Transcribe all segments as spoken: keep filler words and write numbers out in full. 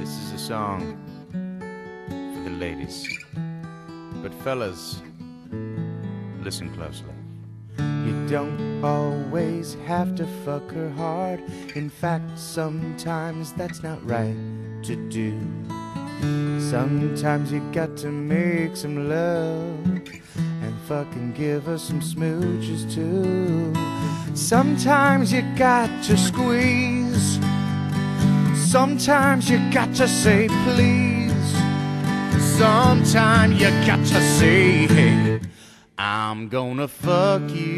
This is a song for the ladies. But fellas, listen closely. You don't always have to fuck her hard. In fact, sometimes that's not right to do. Sometimes you got to make some love and fucking give her some smooches too. Sometimes you got to squeeze. Sometimes you got to say please. Sometimes you got to say, hey, I'm gonna fuck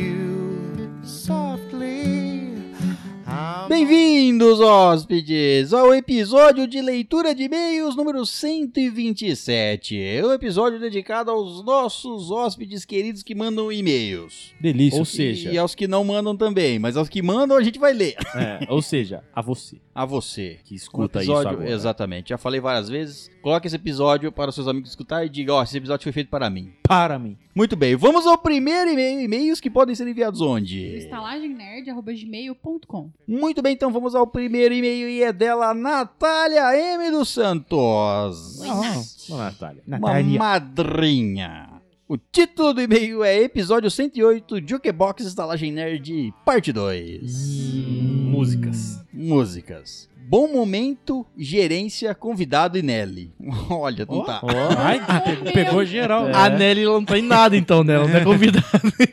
you softly. I'm... Bem-vindos, hóspedes, ao episódio de leitura de e-mails número cento e vinte e sete. É um episódio dedicado aos nossos hóspedes queridos que mandam e-mails. Delícia. Ou seja, e aos que não mandam também, mas aos que mandam a gente vai ler. É, ou seja, a você. A você que escuta um episódio, isso agora. Exatamente. Já falei várias vezes. Coloque esse episódio para os seus amigos escutar e diga, ó, oh, esse episódio foi feito para mim. Para mim. Muito bem, vamos ao primeiro e-mail. E-mails que podem ser enviados onde? estalagem nerd arroba gmail ponto com. Muito bem, então vamos ao primeiro e-mail e é dela, Natália M. dos Santos. Oi, Não, Nath. não, Natália. Uma Natália. madrinha. O título do e-mail é episódio cento e oito, Jukebox Estalagem Nerd, parte dois. Hum, músicas. Músicas. Bom momento, gerência, convidado e Nelly. Olha, não Oh, tá. oh. Ai, pegou, pegou geral. É. A Nelly não tá em nada, então, né? Ela não é convidada.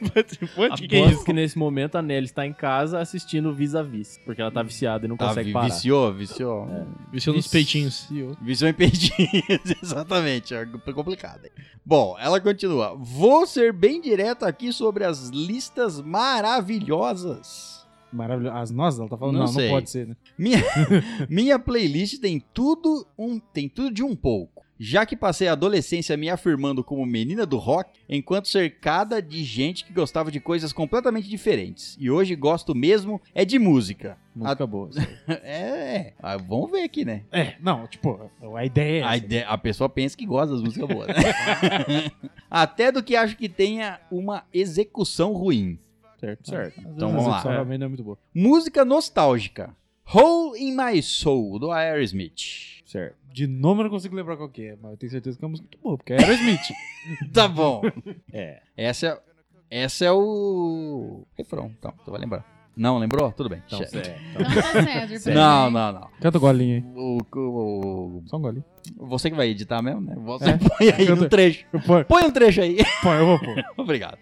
O que, que é Aposto isso? que nesse momento a Nelly está em casa assistindo Vis-a-Vis, porque ela tá viciada e não Tá, consegue vi- parar. viciou, viciou. Viciou nos peitinhos. Viciou em peitinhos, exatamente. É complicado. Bom, ela continua. Vou ser bem direto aqui sobre as listas maravilhosas. Maravilhoso. As nossas, ela tá falando, Não não, não, sei. pode ser, né? Minha, minha playlist tem tudo, um, tem tudo de um pouco. Já que passei a adolescência me afirmando como menina do rock, enquanto cercada de gente que gostava de coisas completamente diferentes. E hoje gosto mesmo é de música. Música boa. É, é. Ah, vamos ver aqui, né? É, não, tipo, a ideia é A, essa. ide- a pessoa pensa que gosta das músicas boas, né? Até do que acho que tenha uma execução ruim. Certo, certo. Então Mas vamos a lá. execução realmente não é muito boa. Música nostálgica. Hole in My Soul, do Aerosmith. Certo. De nome eu não consigo lembrar qual que é, mas eu tenho certeza que é uma música muito boa, porque é Aerosmith. Tá bom. É. Essa é, essa é o refrão, então, você vai lembrar. Não, lembrou? Tudo bem. Então, Check. certo. Então tá certo. Certo. Não, não, não. Canta o golinho aí. O, o- Só um golinho. você que vai editar mesmo, né? Você É. põe aí Canta- um trecho. Eu ponho, Põe um trecho aí. põe, eu vou pôr. Obrigado.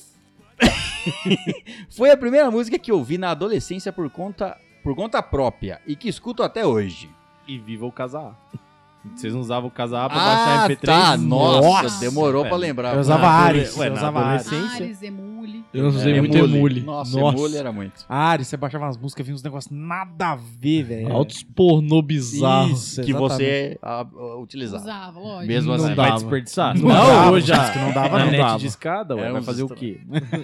Foi a primeira música que ouvi na adolescência por conta, por conta própria e que escuto até hoje. E viva o Casa A. Vocês não usavam o Casa A pra baixar Ah, M P três? tá. Nossa, Nossa. demorou É. pra lembrar. Eu usava Na Ares. adole- ué, eu na usava Ares. adolescência- Ares, Emule. Eu usei É, muito Emule. Emule. Nossa, Emule era muito. Ares, você baixava umas músicas, vinha uns negócios nada a ver, velho. Altos pornô bizarros. Isso, Que exatamente. você ah, ah, utilizava. Usava, lógico. Mesmo Não assim. dava. Vai desperdiçar? Não, Não, dava, hoje disse já. que não dava, Na não net dava. de escada, ué. É vai uns fazer o estra- quê?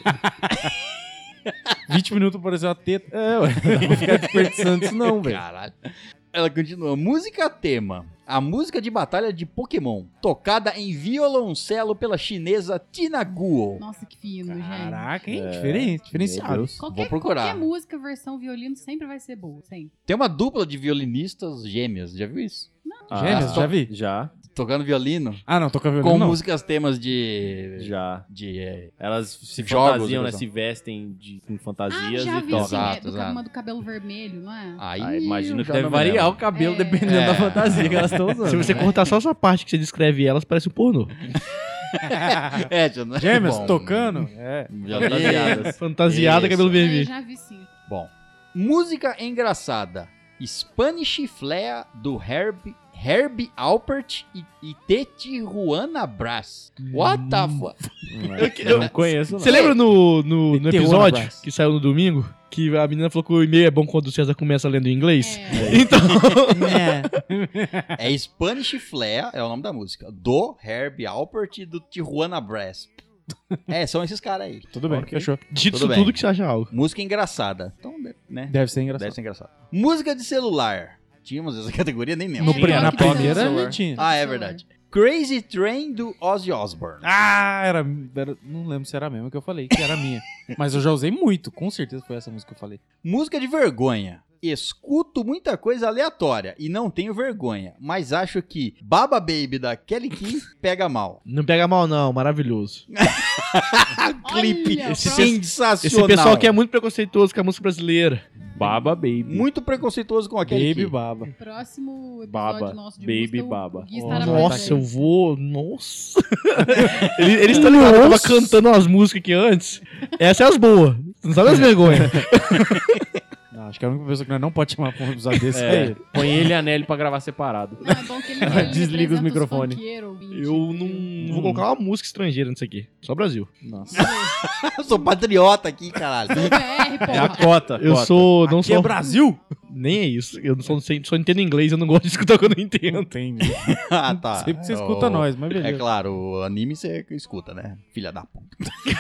vinte minutos apareceu a teta. É, ué. Não vou ficar desperdiçando isso não, velho. Caralho. Ela continua. Música tema. A música de batalha de Pokémon. Tocada em violoncelo pela chinesa Tina Guo. Nossa, que fino, gente. Caraca, hein? É. Diferente, diferenciado. Meu Deus. Qualquer, Vou procurar. qualquer música, versão violino, sempre vai ser boa. Sempre. Tem uma dupla de violinistas gêmeas. Já viu isso? Gêmeos, Ah, já vi? Já, Tocando violino. Ah, não, toca violino Com não. músicas temas de... já. De... é, Elas se Jogos, fantasiam, né? educação. Se vestem de, com Ah, fantasias já e vi, tocam. sim. É Exato, do, exato. uma do cabelo vermelho, não é? Aí Ah, imagino eu que já deve não me variar lembro. o cabelo É. dependendo É. da fantasia que elas estão usando. Se você cortar só essa parte que você descreve elas, parece um pornô. É, já não é Gêmeos, bom. tocando? É. Violinistas. Fantasiada, Isso. cabelo É, vermelho. já vi, sim. Bom, música engraçada. Spanish Flea do Herb, Herb Alpert e, e T. Tijuana Brass. What the fuck? Eu não conheço, não. Você lembra no, no, no Meteora episódio Brass. que saiu no domingo? Que a menina falou que o e-mail é bom quando o César começa lendo em inglês? É. Então, É Spanish Flea, é o nome da música. Do Herb Alpert e do Tijuana Brass. É, são esses caras aí. Tudo bem, Ok. fechou. dito Tudo isso bem. tudo que você acha algo. Música engraçada. Então, né? Deve ser engraçado. Deve ser engraçado. Música de celular. Tínhamos essa categoria, nem lembro. No É, pri- toque na do primeira celular. não tinha. Ah, é celular. verdade. Crazy Train do Ozzy Osbourne. Ah, era, era- Não lembro se era a mesma que eu falei, que era a minha. Mas eu já usei muito, com certeza foi essa música que eu falei. Música de vergonha. Escuto muita coisa aleatória e não tenho vergonha, mas acho que Baba Baby da Kelly Key pega mal. Não pega mal, não. Maravilhoso. Clipe Olha, sensacional. Esse pessoal que é muito preconceituoso com a música brasileira. Baba Baby. muito preconceituoso com a Kelly Baby Key. Baba. Próximo episódio Baba. nosso de Baby música, o- Baba. o Gui estará Nossa, eu presente. vou. Nossa. Ele- Eles estão ligados. Eu tava cantando umas músicas aqui antes. Essas é as boas. Não sabe as vergonhas. Não, acho que a única pessoa que nós não pode chamar pra um episódio desse é É, ele. põe ele e a Nelly pra gravar separado. Não, é bom que ele, ele Desliga os representa microfones. funkeiros, ouvinte. Eu não, não vou colocar uma música estrangeira nisso aqui. Só Brasil. Nossa. Eu sou patriota aqui, caralho. B R, porra. É a cota. Eu cota. sou. Não Aqui sou. é Brasil? Nem é isso. Eu não sou, só entendo inglês, eu não gosto de escutar o que eu não entendo. Entendi. ah, tá. Sempre você É, escuta o- nós, mas beleza. É claro, o anime você escuta, né? Filha da puta.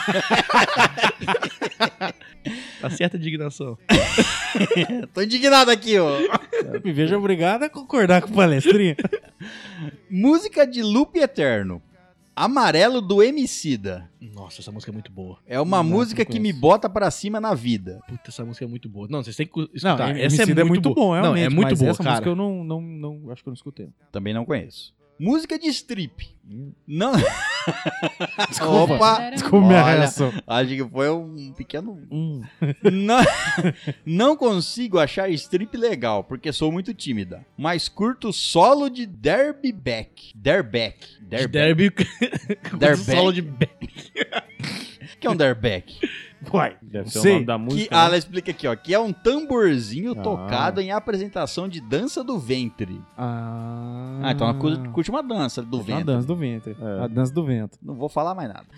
Tá certa a indignação. Tô indignado aqui, ó. Me vejo obrigado a concordar com o palestrinha. Música de loop eterno. Amarelo do Emicida. Nossa, essa música é muito boa. É uma Não, música não que me conheço. bota pra cima na vida. Puta, essa música é muito boa. Não, vocês têm que Não, escutar. essa essa é muito bom, Não, realmente. é muito mas boa, essa cara. música eu não, não, não, acho que eu não escutei. Também não conheço. Música de strip. Não. Desculpa. Opa. Sério? Desculpa minha Olha. reação. Acho que foi um pequeno. Hum. Não, não consigo achar strip legal, porque sou muito tímida. Mas curto solo de Derby Back. Derbeck. Derbeck. Derby. Derbeck. Solo de Beck. Que é um Derbeck? Uai, Deve ser sei. o nome da Que, música. ah, né? ela explica aqui, ó. Que é um tamborzinho Ah. tocado em apresentação de dança do ventre. Ah, Ah, então ela curte, curte uma dança do A ventre. dança do ventre. É. A dança do vento. Não vou falar mais nada.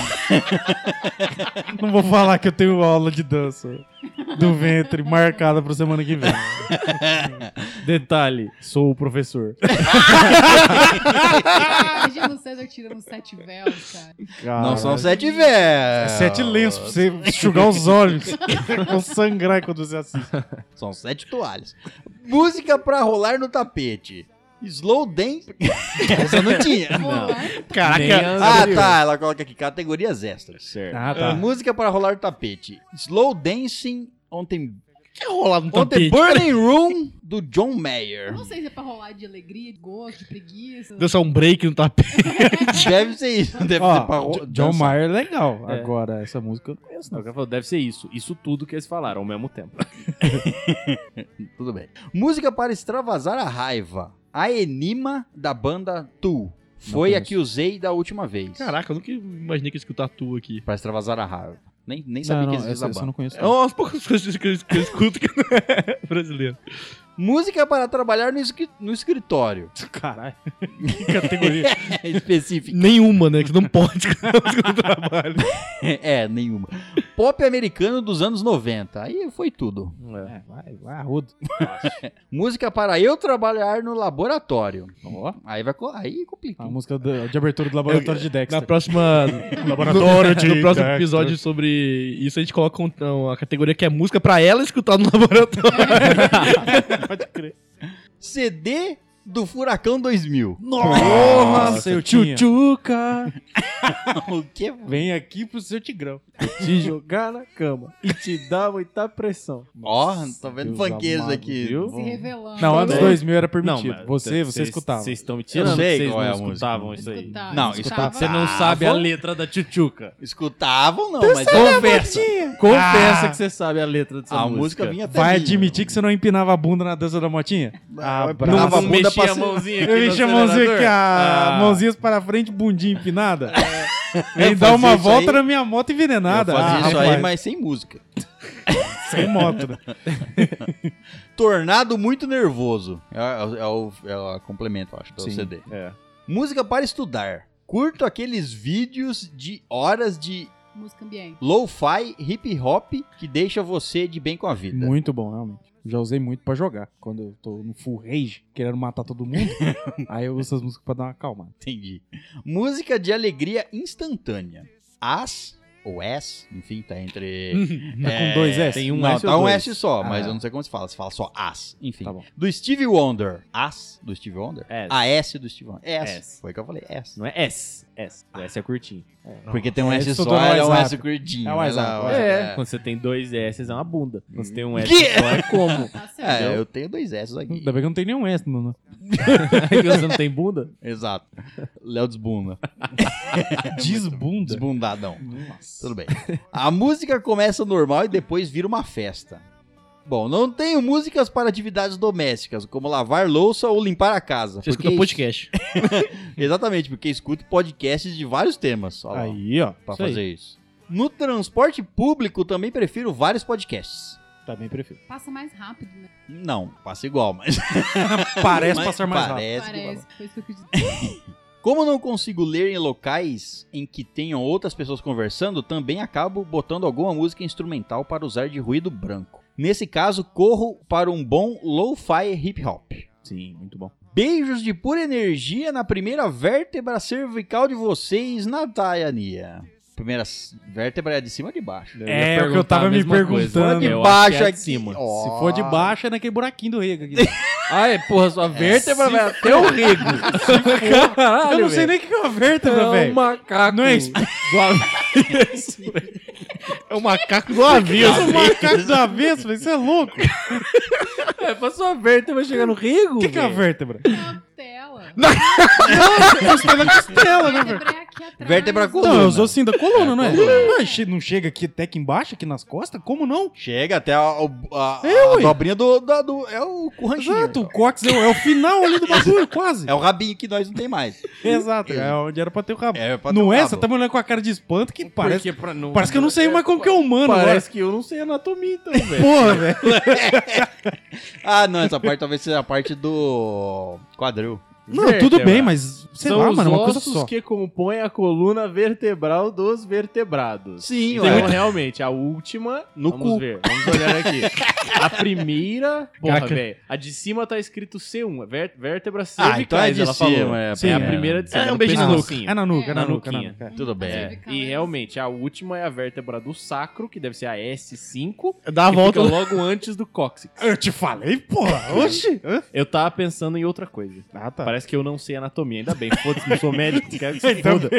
Não vou falar que eu tenho aula de dança do ventre marcada pra semana que vem. Detalhe, sou o professor. Imagina o César tirando sete véus, cara. Cara, Não são sete véus. É sete lenços pra você enxugar os olhos. Vou sangrar quando você assiste. São sete toalhas. Música pra rolar no tapete. Slow dance. Essa não tinha. Nem Caraca. as Ah, anteriores. tá. Ela coloca aqui categorias extras. Certo. Ah, tá. Música para rolar no tapete. Slow dancing ontem. Que rolar no On the tapete? Burning Room do John Eu Mayer. não sei se é pra rolar de alegria, de gosto, de preguiça. Dançar um break no tapete. Deve ser isso. Deve ser pra Ó, ro- Jo- John dançar. Mayer é legal. É. Agora, essa música eu não conheço, Não, não. o cara falou, deve ser isso. Isso tudo que eles falaram ao mesmo tempo. Tudo bem. Música para extravasar a raiva. A Enima da banda Tool. Foi a conheço. que usei da última vez. Caraca, eu nunca imaginei que ia escutar tu aqui. Pra extravasar a raiva. Nem, nem sabia Não, que não, existia essa, essa essa eu banda. não conheço. É não. umas poucas coisas que eu, que eu escuto que não é brasileiro. Música para trabalhar no, escri- no escritório. Caralho. Que categoria. Específica. Nenhuma, né? Que você não pode escutar música no trabalho. É, nenhuma. Pop americano dos anos noventa. Aí foi tudo. É. É, vai, vai, arrudo. Música para eu trabalhar no laboratório. Ó, Aí vai co- aí complica. a hein? música do- de abertura do laboratório de Dexter. Na próxima. Laboratório de no próximo Dexter. episódio sobre isso, a gente coloca um- uma categoria que é música pra ela escutar no laboratório. Pode crer. C D do Furacão dois mil. Nossa, eu tinha. Tchutchuca. O que? Vem aqui pro seu tigrão. Te jogar na cama e te dar muita pressão. Ó, tô vendo Deus funkeiros amado, aqui. viu? Se revelando. Não, anos É. dois mil era Não, permitido. mas você, você vocês- escutava. Vocês estão me tirando Eu sei que vocês qual não é a música. escutavam isso aí. Escutar, Não, escutava. Você não sabe a Escutava. letra da Tchutchuca. Escutavam, não, mas Confessa. Confessa Ah. que você sabe a letra dessa a música. música vinha até Vai mim. admitir que você não empinava a bunda na dança da motinha? Ah, eu bravo. empinava Não, a não bunda mexia pra a ser- mãozinha aqui Eu no enchi a mãozinha acelerador? aqui, a Ah. mãozinhas para frente, bundinha empinada. Vem Eu dar fazia uma isso volta aí- na minha moto envenenada. Eu fazia Ah, isso aí, rapaz, mas sem música. sem moto. Né? Tornado muito nervoso. É, é- é o, é o complemento, acho, do Sim. C D. É. Música para estudar. Curto aqueles vídeos de horas de Música ambiente. lo-fi, hip hop que deixa você de bem com a vida. Muito bom, realmente. Já usei muito pra jogar. Quando eu tô no full rage, querendo matar todo mundo, aí eu uso essas músicas pra dar uma acalmada. Entendi. Música de alegria instantânea. As ou S, enfim, tá entre... Tá com dois S? Tem um não, S ou tá um dois? S só, mas Ah. eu não sei como se fala. Se fala só As, enfim. Tá bom. Do Stevie Wonder. As do Stevie Wonder? S. A S do Stevie Wonder. S. S. Foi o que eu falei, S. Não é S. S. O S é curtinho. Porque tem um É, S isso eu só, tô no é um WhatsApp. S curtinho. É o mas WhatsApp. não, É. Quando você tem dois S, é uma bunda. Quando você tem um S Que? só, é como? Tá certo. É, eu tenho dois S aqui. Ainda bem que não tem nenhum S, mano. Aí você não tem bunda? Exato. Léo desbunda. Desbunda. Desbundadão. Tudo bem. A música começa normal e depois vira uma festa. Bom, não tenho músicas para atividades domésticas, como lavar louça ou limpar a casa. Você porque escuta podcast. Exatamente, porque escuto podcasts de vários temas. Ó, lá, Aí, ó. pra isso aí. fazer isso. No transporte público também prefiro vários podcasts. Também prefiro. Passa mais rápido, né? Não, passa igual, mas... Parece mas passar mais rápido. parece que Parece. Foi isso que eu quis dizer. Como não consigo ler em locais em que tenham outras pessoas conversando, também acabo botando alguma música instrumental para usar de ruído branco. Nesse caso, corro para um bom lo-fi hip hop. Sim, muito bom. Beijos de pura energia na primeira vértebra cervical de vocês, Natania. Primeira s- vértebra é de cima ou de baixo? Eu ia É, o que eu perguntar tava a me mesma coisa. perguntando. Eu De acho baixo que é aqui. de cima. Ó. Se for de baixo, é naquele buraquinho do rego aqui. Ah, é, porra, sua vértebra vai até o rego. Caralho, Eu não sei velho. nem o que é uma vértebra, É um velho. macaco. Não é isso. do avesso. É o macaco do avesso. É um macaco do avesso, velho. Você é louco. O É, pra sua vértebra chegar no rego, que, que é uma velho. vértebra? Uma tela. Você na costela, né, velho? Vértebra é aqui atrás. Vértebra coluna. Não, eu sou assim da coluna, É, não é? coluna. Ah, che- não chega aqui até aqui embaixo, aqui nas costas? Como não? Chega até a, a, a, É, a ué. dobrinha do, da- do... É o curranchinho. Exato, o cóccix é, o- é o final ali do bagulho, quase. É o rabinho que nós não tem mais. Exato, é onde era pra ter o rabo. É, pra ter não o é? rabo. Você tá me olhando com a cara de espanto que parece, Porque pra não- parece que eu não sei mais como que é humano agora. Parece que eu não sei anatomia, então, velho. Porra, velho. Ah, não, essa parte talvez seja a parte do quadril. Não, tudo Vértebra. bem, mas sei São lá, os mano, é uma coisa ossos só. que compõem a coluna vertebral dos vertebrados. Sim, Então, ué. realmente, a última... No vamos cu. ver, vamos olhar aqui. A primeira... Porra, Caca. velho. A de cima tá escrito C um, ver- vértebra Ah, cervicais, então é de ela cima, falou. é, É, a é. primeira de cima. É um do beijo na pescocinho. É na nuca, é na É, nuca, é na nuquinha. nuca. é. Tudo bem. É, e realmente, a última é a vértebra do sacro, que deve ser a S cinco, Dá a que volta. fica logo antes do cóccix. Eu te falei, porra. Oxi. Hã? Eu tava pensando em outra coisa. Ah, tá. Parece que eu não sei anatomia. Ainda bem, foda-se, não sou médico, quero que se Então, foda.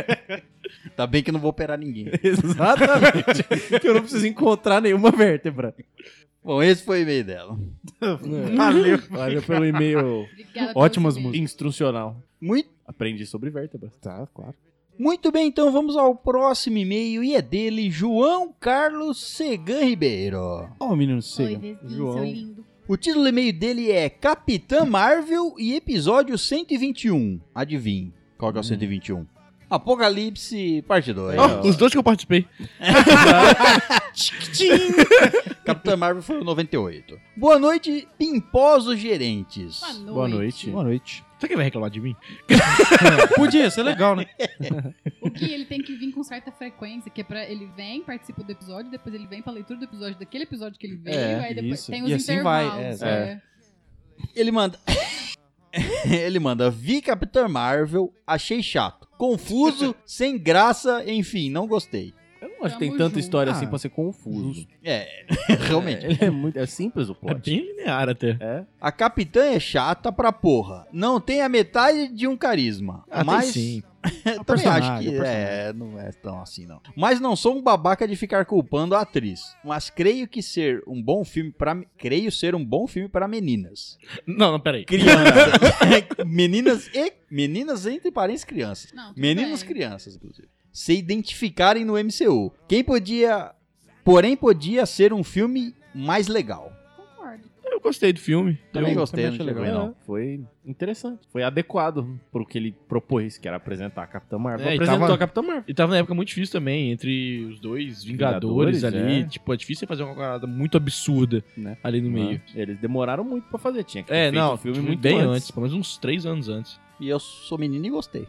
Tá bem que eu não vou operar ninguém. Exatamente. Que eu não preciso encontrar nenhuma vértebra. Bom, esse foi o e-mail dela. Valeu. Valeu pelo e-mail Obrigada Ótimas pelo músicas. instrucional. Muito, Aprendi sobre vértebras. Tá, claro. muito bem, então vamos ao próximo e-mail e é dele, João Carlos Segan Ribeiro. Ó o menino Oi, cega. Vezinho, João. seu lindo. O título do e-mail dele é Capitã Marvel e episódio cento e vinte e um. Adivinhe, qual que é o cento e vinte e um? Apocalipse, parte dois. Ó, Os dois que eu participei. Capitã Marvel foi o noventa e oito. Boa noite, pimposos gerentes. Boa noite. Boa noite. Boa noite. Você que vai reclamar de mim? Podia ser legal, né? O que ele tem que vir com certa frequência, que é pra ele vem, participa do episódio, depois ele vem pra leitura do episódio daquele episódio que ele veio, É, aí depois isso. tem os E assim vai, intervalos. é, é. Ele manda. Ele manda, vi Capitã Marvel, achei chato, confuso, sem graça, enfim, não gostei. Eu não acho que Tamo tem tanta junto. história Ah, assim pra ser confuso. É, realmente. É, ele é, muito, é simples o É plot. bem linear até. É. A Capitã é chata pra porra. Não tem a metade de um carisma. Ah, tem mas sim. eu também personagem, acho que a é, não é tão assim não. Mas não sou um babaca de ficar culpando a atriz. Mas creio que ser um bom filme para creio ser um bom filme para meninas. Não, não, peraí. Crianças. meninas e meninas entre parênteses crianças. Não, tudo Meninas bem. crianças, inclusive. Se identificarem no M C U. Quem podia, porém podia ser um filme mais legal. Concordo. Eu gostei do filme. Também Eu- gostei, não achei tinha legal. ruim, não. É, foi interessante. Foi adequado pro que ele propôs, que era apresentar a Capitã Marvel. É, e Apresentou tava- a Capitã Marvel. E tava na época muito difícil também, entre os dois Vingadores, Vingadores, ali. é. Tipo, é difícil você fazer uma parada muito absurda Né? ali no meio. Eles demoraram muito pra fazer. Tinha que ter É, feito não, o filme tipo, muito bem antes. antes. Pelo menos uns três anos antes. E eu sou menino e gostei.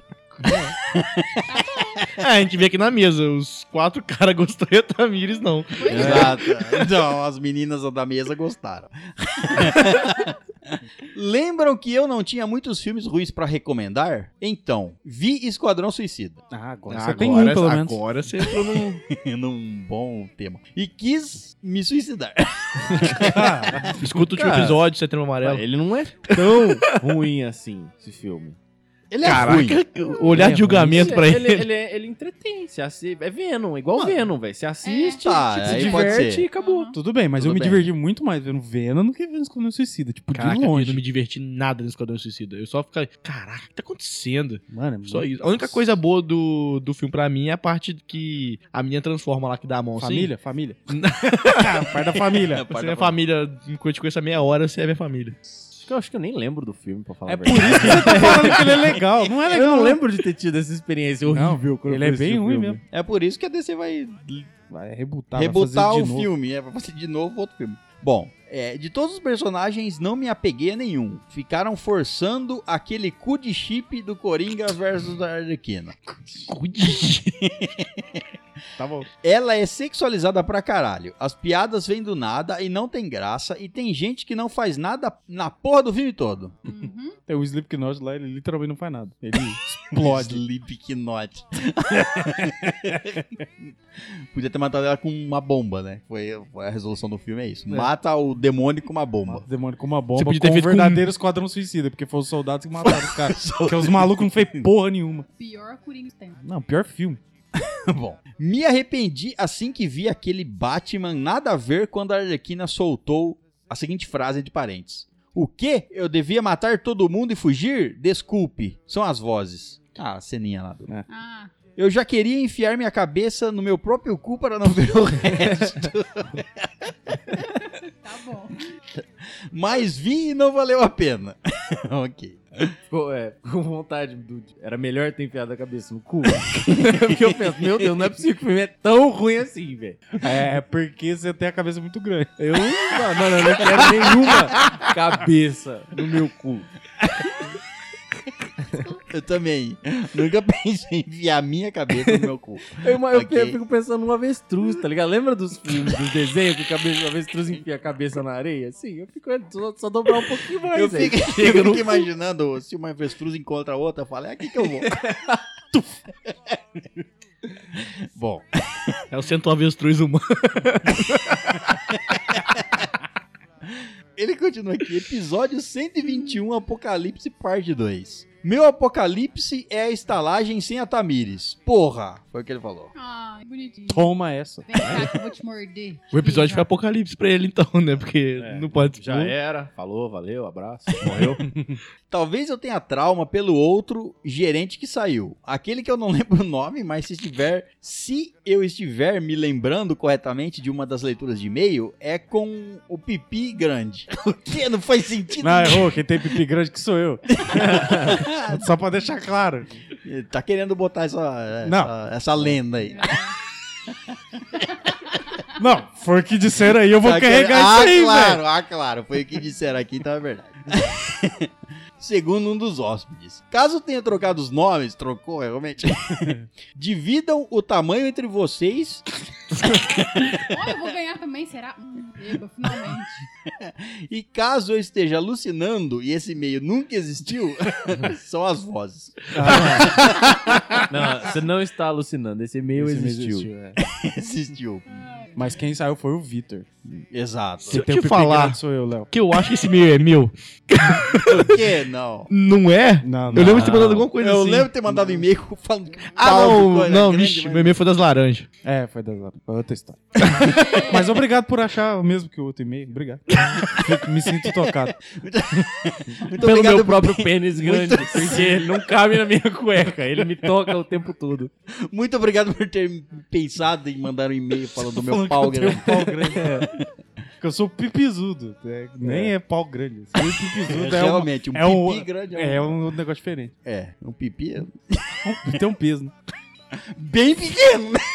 É, a gente vê aqui na mesa, os quatro caras gostou e a Tamires não. Pois é. Exato. Então, as meninas da mesa gostaram. Lembram que eu não tinha muitos filmes ruins pra recomendar? Então, vi Esquadrão Suicida. Ah, agora Ah, você tem um, pelo menos. Agora você entrou num... Num bom tema. E quis me suicidar. Escuta o último Cara, episódio, você tem um amarelo. Ele não é tão ruim assim, esse filme. Ele é ruim. Caraca, olhar de julgamento pra ele. Ele, ele, ele entretém, se assi... é Venom, igual Mano. Venom, velho. Você assiste, Tá, tipo, se aí pode diverte ser. e acabou. Uhum. Tudo bem, mas Tudo eu me bem. diverti muito mais vendo Venom do que vendo Esquadrão Suicida. Tipo, Caraca, de eu longe. não me diverti nada nesse Esquadrão Suicida. Eu só fiquei, caraca, o que tá acontecendo? Mano, é Só muito- isso. A única coisa boa do, do filme pra mim é a parte que a menina transforma lá, que dá a mão Família? Família? Ah, parte da família. assim. Você é minha família, enquanto eu te conheço há meia hora, você é minha família. Eu acho que eu nem lembro do filme, pra falar É a por verdade. isso que você tá falando que ele é legal. Não é legal. Eu não lembro de ter tido essa experiência horrível. quando Ele eu é fui bem assistir o ruim filme. mesmo. É por isso que a D C vai Vai rebutar, rebutar vai fazer o de novo. filme. É pra fazer de novo outro filme. Bom, é, de todos os personagens, não me apeguei a nenhum. Ficaram forçando aquele cu de chip do Coringa versus a Arlequina. Tá bom. Ela é sexualizada pra caralho. As piadas vêm do nada e não tem graça. E tem gente que não faz nada na porra do filme todo. Uhum. Tem o Slipknot lá, ele literalmente não faz nada. Ele explode. Slipknot. Podia ter matado ela com uma bomba, né? Foi, foi a resolução do filme, é isso. Mata o demônio com uma bomba. Mata o demônio com uma Você bomba podia ter com um feito com- verdadeiro esquadrão suicida, porque foram os soldados que mataram os caras. Porque os malucos não fez porra nenhuma. Pior Coringa que tem. Não, pior filme. Bom, me arrependi assim que vi aquele Batman nada a ver quando a Arlequina soltou a seguinte frase entre parênteses. O quê? Eu devia matar todo mundo e fugir? Desculpe. São as vozes. Ah, a ceninha lá. Do... Ah, Eu já queria enfiar minha cabeça no meu próprio cu para não ver o resto. tá bom. Mas vi e não valeu a pena. Ok. Ficou, é, com vontade. Do... Era melhor ter enfiado a cabeça no cu. Porque eu penso, meu Deus, não é possível que o filme é tão ruim assim, velho. É porque você tem a cabeça muito grande. Eu não, não, eu não quero nenhuma cabeça no meu cu. Eu também. Nunca pensei em enfiar a minha cabeça no meu cu. Eu, eu, Ok. eu fico pensando num avestruz, tá ligado? Lembra dos filmes, dos desenhos que o cabeça- o avestruz enfia a cabeça na areia? Assim, eu fico só, só dobrar um pouquinho mais. Eu aí. fico, Chega eu no fico imaginando se uma avestruz encontra a outra, eu falo, é aqui que eu vou. Tuf. Bom, É o centro avestruz humano. ele continua aqui, episódio cento e vinte e um, Apocalipse, parte dois. Meu apocalipse é a estalagem sem a Tamires. Porra, foi o que ele falou. Ai, bonitinho. Toma essa. Vem cá que eu vou te morder. O episódio foi Cheira. apocalipse pra ele, então, né? Porque É, não pode... Já era. Falou, valeu, abraço. Morreu. Talvez eu tenha trauma pelo outro gerente que saiu. Aquele que eu não lembro o nome, mas se estiver, se eu estiver me lembrando corretamente de uma das leituras de e-mail, é com o pipi grande. O que? Não faz sentido. Não, errou. Quem tem pipi grande que sou eu. Só pra deixar claro. Tá querendo botar essa, Não. essa, essa lenda aí. Não, foi o que disseram aí, eu vou Tá carregar querendo- isso aí, ah, claro, velho. ah, claro. Foi o que disseram aqui, então é verdade. Segundo um dos hóspedes. Caso tenha trocado os nomes, trocou realmente. Dividam o tamanho entre vocês. Olha, eu vou ganhar também, será? Hum, eba, finalmente. E caso eu esteja alucinando e esse e-mail nunca existiu, são as vozes. Não, você não está alucinando. Esse e-mail Esse mesmo existiu. existiu, é. Existiu. Mas quem saiu foi o Vitor. Exato. Se eu Quem tem te o pipi falar- grande sou eu, Léo. Que eu acho que esse e-mail é meu. Por quê? Não. Não é? Não, Eu lembro de ter mandado alguma coisa Eu assim. lembro de ter mandado um e-mail falando que Ah, pau de não, coisa não, grande, vixe, mas- meu e-mail foi das laranjas. É, foi das foi outra história. Mas obrigado por achar o mesmo que o outro e-mail. Obrigado. Fico- Me sinto tocado. Muito Pelo obrigado meu por- próprio pênis grande. Porque ele não cabe na minha cueca. Ele me toca o tempo todo. Muito obrigado por ter pensado em mandar um e-mail falando do meu Falando pau que eu tenho grande. um pau grande. É. Porque eu sou pipizudo. é, nem é. pau grande. Ser pipizudo é, um, Realmente, um é um- pipi grande é um negócio diferente. É, um pipi é Tem um peso, né? bem pequeno, né?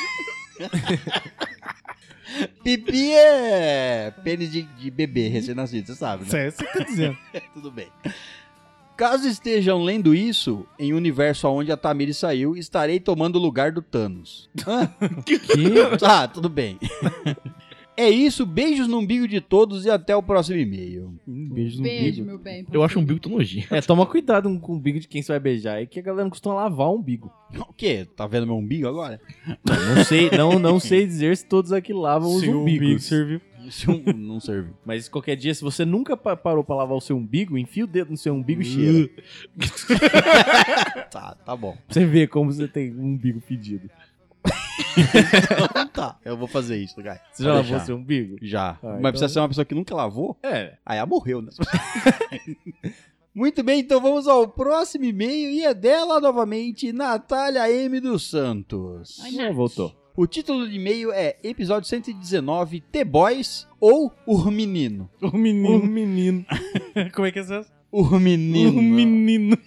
Pipi é pênis de, de bebê recém-nascido, você sabe, né? Isso é isso que você tá dizendo. Tudo bem. Caso estejam lendo isso, em um universo onde a Tamires saiu, estarei tomando o lugar do Thanos. Hã? Que? Tá, tudo bem. É isso, beijos no umbigo de todos e até o próximo e-mail. Um beijo no Beijo, umbigo. meu bem. Eu acho um umbigo tão nojento. É, toma cuidado com o umbigo de quem você vai beijar aí, que a galera não costuma lavar o umbigo. O quê? Tá vendo meu umbigo agora? Não sei, não, não sei dizer se todos aqui lavam os Se o umbigo umbigos. serviu. Isso não serve. Mas qualquer dia, se você nunca pa- parou pra lavar o seu umbigo, enfia o dedo no seu umbigo e cheira. Tá, tá bom. Pra você ver como você tem um umbigo fedido. Então tá, eu vou fazer isso, cara. Você já Pode lavou deixar. seu umbigo? Já. Ah, Mas então- precisa ser uma pessoa que nunca lavou? É. Aí ela morreu, né? Muito bem, então vamos ao próximo e-mail e é dela novamente, Natália M. dos Santos. Ai, Já Nath. voltou. O título do e-mail é episódio cento e dezenove, T-Boys ou O Menino? O menino. O menino. Como é que é isso? O Menino. O menino.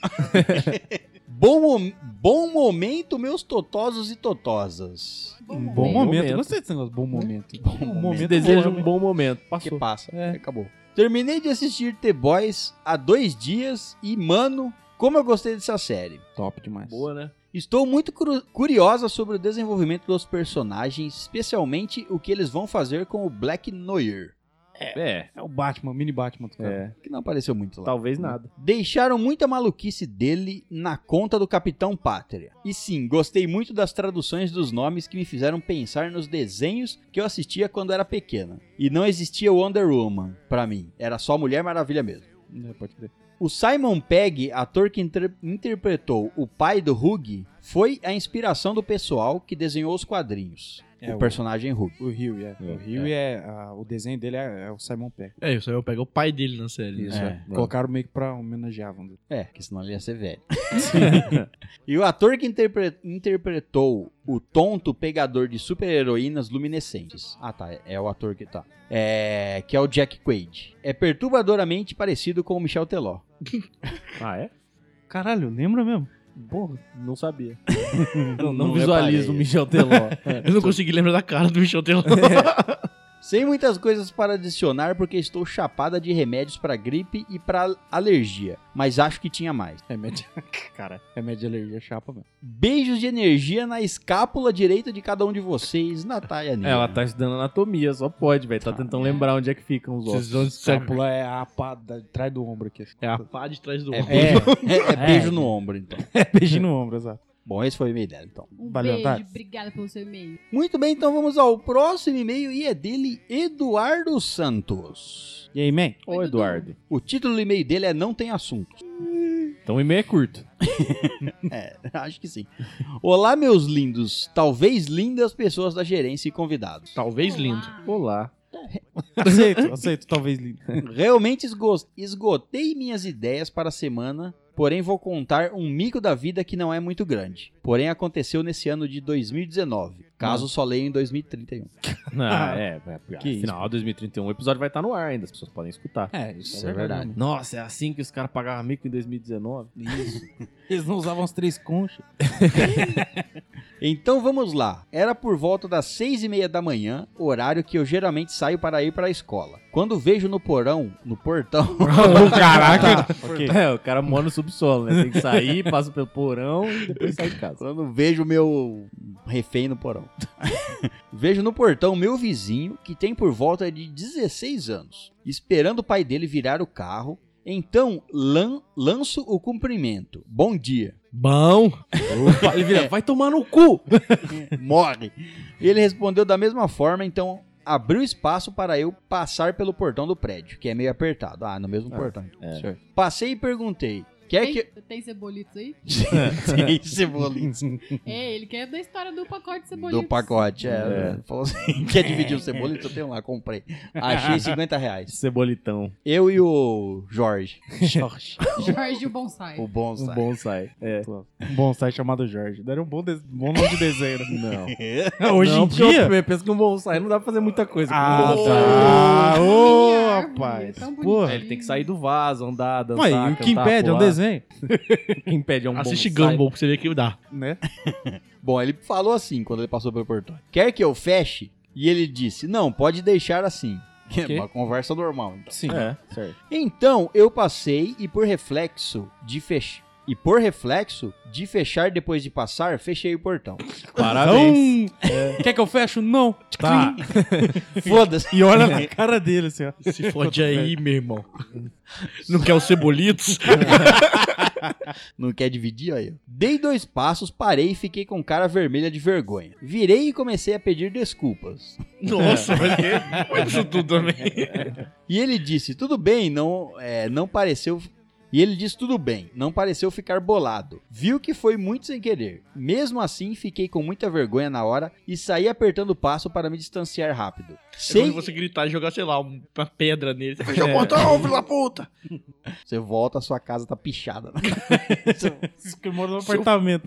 Bom, mom- bom momento, meus totosos e totosas. Um Bom bom momento. momento. momento. Gostei desse negócio. Bom momento. Bom um momento. momento. Desejo bom, um bom momento. Que Passou. passa, É. acabou. Terminei de assistir T-Boys há dois dias e, mano, como eu gostei dessa série. Top demais. Boa, né? Estou muito cru- curiosa sobre o desenvolvimento dos personagens, especialmente o que eles vão fazer com o Black Noir, É. É o Batman, mini Batman do cara. É. que não apareceu muito lá. Talvez nada. Deixaram muita maluquice dele na conta do Capitão Pátria. E sim, gostei muito das traduções dos nomes que me fizeram pensar nos desenhos que eu assistia quando era pequena. E não existia Wonder Woman, pra mim. Era só Mulher Maravilha mesmo. É, pode crer. O Simon Pegg, ator que inter- interpretou o pai do Hugh, foi a inspiração do pessoal que desenhou os quadrinhos. É, o o- personagem Hugh. O Rio, é. O Rio é. a- o desenho dele é, é o Simon Pegg. É, isso aí eu pego o pai dele na série. Isso, É. é. Colocaram meio que pra homenagear, vamos dizer. É, que senão ele ia ser velho. E o ator que interpre- interpretou o tonto pegador de super-heroínas luminescentes. Ah, tá. É, é o ator que tá. É, que é o Jack Quaid. É perturbadoramente parecido com o Michel Teló. Ah, é? Caralho, lembra mesmo? Porra, não sabia. não, não Não visualizo reparei. o Michel Teló. É. Eu não consegui lembrar da cara do Michel Teló. Sem muitas coisas para adicionar porque estou chapada de remédios para gripe e para alergia. Mas acho que tinha mais. Remédio. Cara, remédio de alergia é chapa, velho. Beijos de energia na escápula direita de cada um de vocês, Natália Nina. Ela tá estudando anatomia, só pode, velho. Tá tentando lembrar onde é que ficam os Vocês ossos. vão Escápula é a pá da- atrás do ombro aqui. É a pá de trás do É ombro. beijo, é, é É. beijo no ombro, então. É beijinho no ombro, exato. Bom, esse foi o e-mail dela, então. Um Valeu, beijo, Nath. obrigada pelo seu e-mail. Muito bem, então vamos ao próximo e-mail e é dele, Eduardo Santos. E aí, man? Ô, Oi, Eduardo. O título do e-mail dele é Não Tem Assuntos. Então o e-mail é curto. É, acho que sim. Olá, meus lindos, talvez lindas pessoas da gerência e convidados. Talvez Olá. lindo. Olá. Aceito, aceito, talvez lindo. Realmente esgo- esgotei minhas ideias para a semana, porém vou contar um mico da vida que não é muito grande. Porém aconteceu nesse ano de dois mil e dezenove, caso só leia em dois mil e trinta e um. Ah, é. é Que final de dois mil e trinta e um, o episódio vai estar no ar ainda, as pessoas podem escutar. É, isso, Isso é verdade. Nossa, é assim que os caras pagavam mico em dois mil e dezenove? Isso. Eles não usavam as três conchas. Então vamos lá. Era por volta das seis e meia da manhã, horário que eu geralmente saio para ir para a escola. Quando vejo no porão, no portão, Caraca. Ok. É, o cara mora no subsolo, né? Tem que sair, passa pelo porão e depois sai de casa. quando vejo meu refém no porão, vejo no portão meu vizinho que tem por volta de dezesseis anos, esperando o pai dele virar o carro. Então lan- lanço o cumprimento. Bom dia. Bom. Opa, ele vira, vai tomar no cu! Morre. Ele respondeu da mesma forma, então abriu espaço para eu passar pelo portão do prédio, que é meio apertado. Ah, no mesmo portão. é. Certo. Passei e perguntei. Quer Tem, que... tem cebolitos aí? Tem cebolitos É, ele quer da história do pacote de cebolitos. do pacote. É, É. Falou assim, quer dividir o cebolitos? Eu tenho lá, comprei. Achei cinquenta reais. Cebolitão. Eu e o Jorge, Jorge. Jorge o Bonsai. o bonsai. Um bonsai. É. Um bonsai chamado Jorge. Daria um bom, de... bom nome de desenho. né? Não. Hoje não, em porque eu dia... também penso que um bonsai não dá pra fazer muita coisa com um Ah, bonsai. tá. Ai, Ô, que árvore, rapaz. tão Porra. bonitinho. Ele tem que sair do vaso, andar, dançar, Ué, e o que cantar, impede? É um pular. desenho. O que impede é um Assiste bonsai. Gumball pra você ver que dá. Né? Bom, ele falou assim quando ele passou pelo portão. Quer que eu feche? E ele disse, não, pode deixar assim. Que é Ok. uma conversa normal, então. Sim. É, certo. Então, eu passei e por reflexo de fech... E por reflexo, de fechar depois de passar, fechei o portão. Parabéns. Não. Quer que eu feche? Não. Tá. Foda-se. E olha na cara dele, assim, ó. Se fode aí, meu irmão. Não quer os cebolitos? Não quer dividir? Aí. Dei dois passos, parei e fiquei com cara vermelha de vergonha. Virei e comecei a pedir desculpas. Nossa, mas que? Mas isso tudo também. E ele disse, tudo bem, não, é, não pareceu... E ele disse tudo bem, não pareceu ficar bolado. Viu que foi muito sem querer. Mesmo assim, fiquei com muita vergonha na hora e saí apertando o passo para me distanciar rápido. É Sem... quando você gritar e jogar, sei lá, uma pedra nele. Você fechou o portão, filho da puta! Você volta, a sua casa tá pichada. Que mora no apartamento.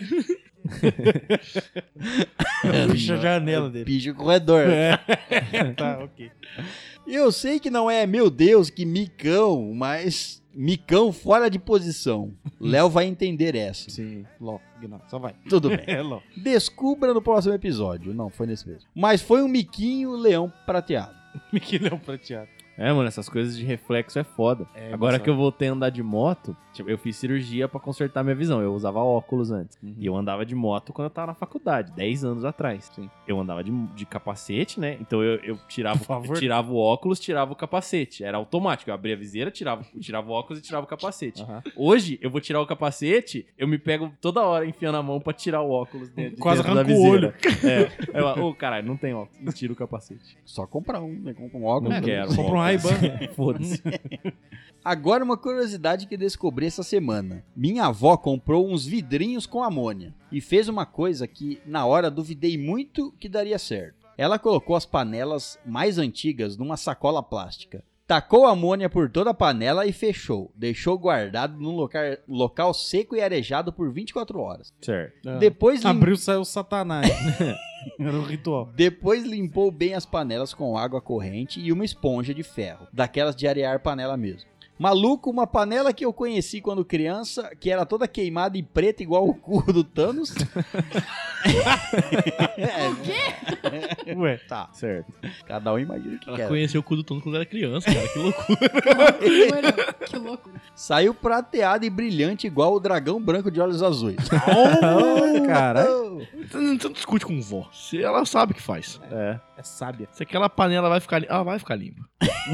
Picha a janela dele. Picha o corredor. É. Tá, ok. Eu sei que não é, meu Deus, que micão, mas... Micão fora de posição. Léo vai entender essa. Sim, Ló, ignora, só vai. Tudo bem. É, Ló. Descubra no próximo episódio. Não, foi nesse mesmo. Mas foi um miquinho leão prateado. Miquilhão prateado. É, mano, essas coisas de reflexo é foda. É, Agora mas que eu voltei a andar de moto, tipo, eu fiz cirurgia pra consertar minha visão. Eu usava óculos antes. Uhum. E eu andava de moto quando eu tava na faculdade, dez anos atrás. Sim. Eu andava de, de capacete, né? Então eu, eu tirava, Por favor. eu tirava o óculos, tirava o capacete. Era automático. Eu abria a viseira, tirava, tirava o óculos e tirava o capacete. Aham. Hoje, eu vou tirar o capacete, eu me pego toda hora enfiando a mão pra tirar o óculos dentro, Quase dentro da arranca o viseira. É. Eu, ô, caralho, não tem óculos. E tiro o capacete. Só comprar um, né? Compra um óculos. Não quero. Compra um óculos. Ray-Ban. Foda-se. Agora uma curiosidade que descobri essa semana. Minha avó comprou uns vidrinhos com amônia e fez uma coisa que na hora duvidei muito que daria certo. Ela colocou as panelas mais antigas numa sacola plástica. Tacou amônia por toda a panela e fechou. Deixou guardado num local, local seco e arejado por vinte e quatro horas. Certo. Ah. Depois, lim... Abriu, saiu o Satanás. Era um ritual. Depois limpou bem as panelas com água corrente e uma esponja de ferro. Daquelas de arear panela mesmo. Maluco, uma panela que eu conheci quando criança, que era toda queimada e preta igual o cu do Thanos. O quê? Ué. Tá, Certo. cada um imagina o que Ela quer. conheceu o cu do Thanos quando era criança, cara. Que loucura. Que loucura. Que loucura. Saiu prateado e brilhante igual o dragão branco de olhos azuis. Oh, caralho. Você não discute com vó. Se ela sabe o que faz. É. É sábia. Se aquela panela vai ficar limpa, ela vai ficar limpa.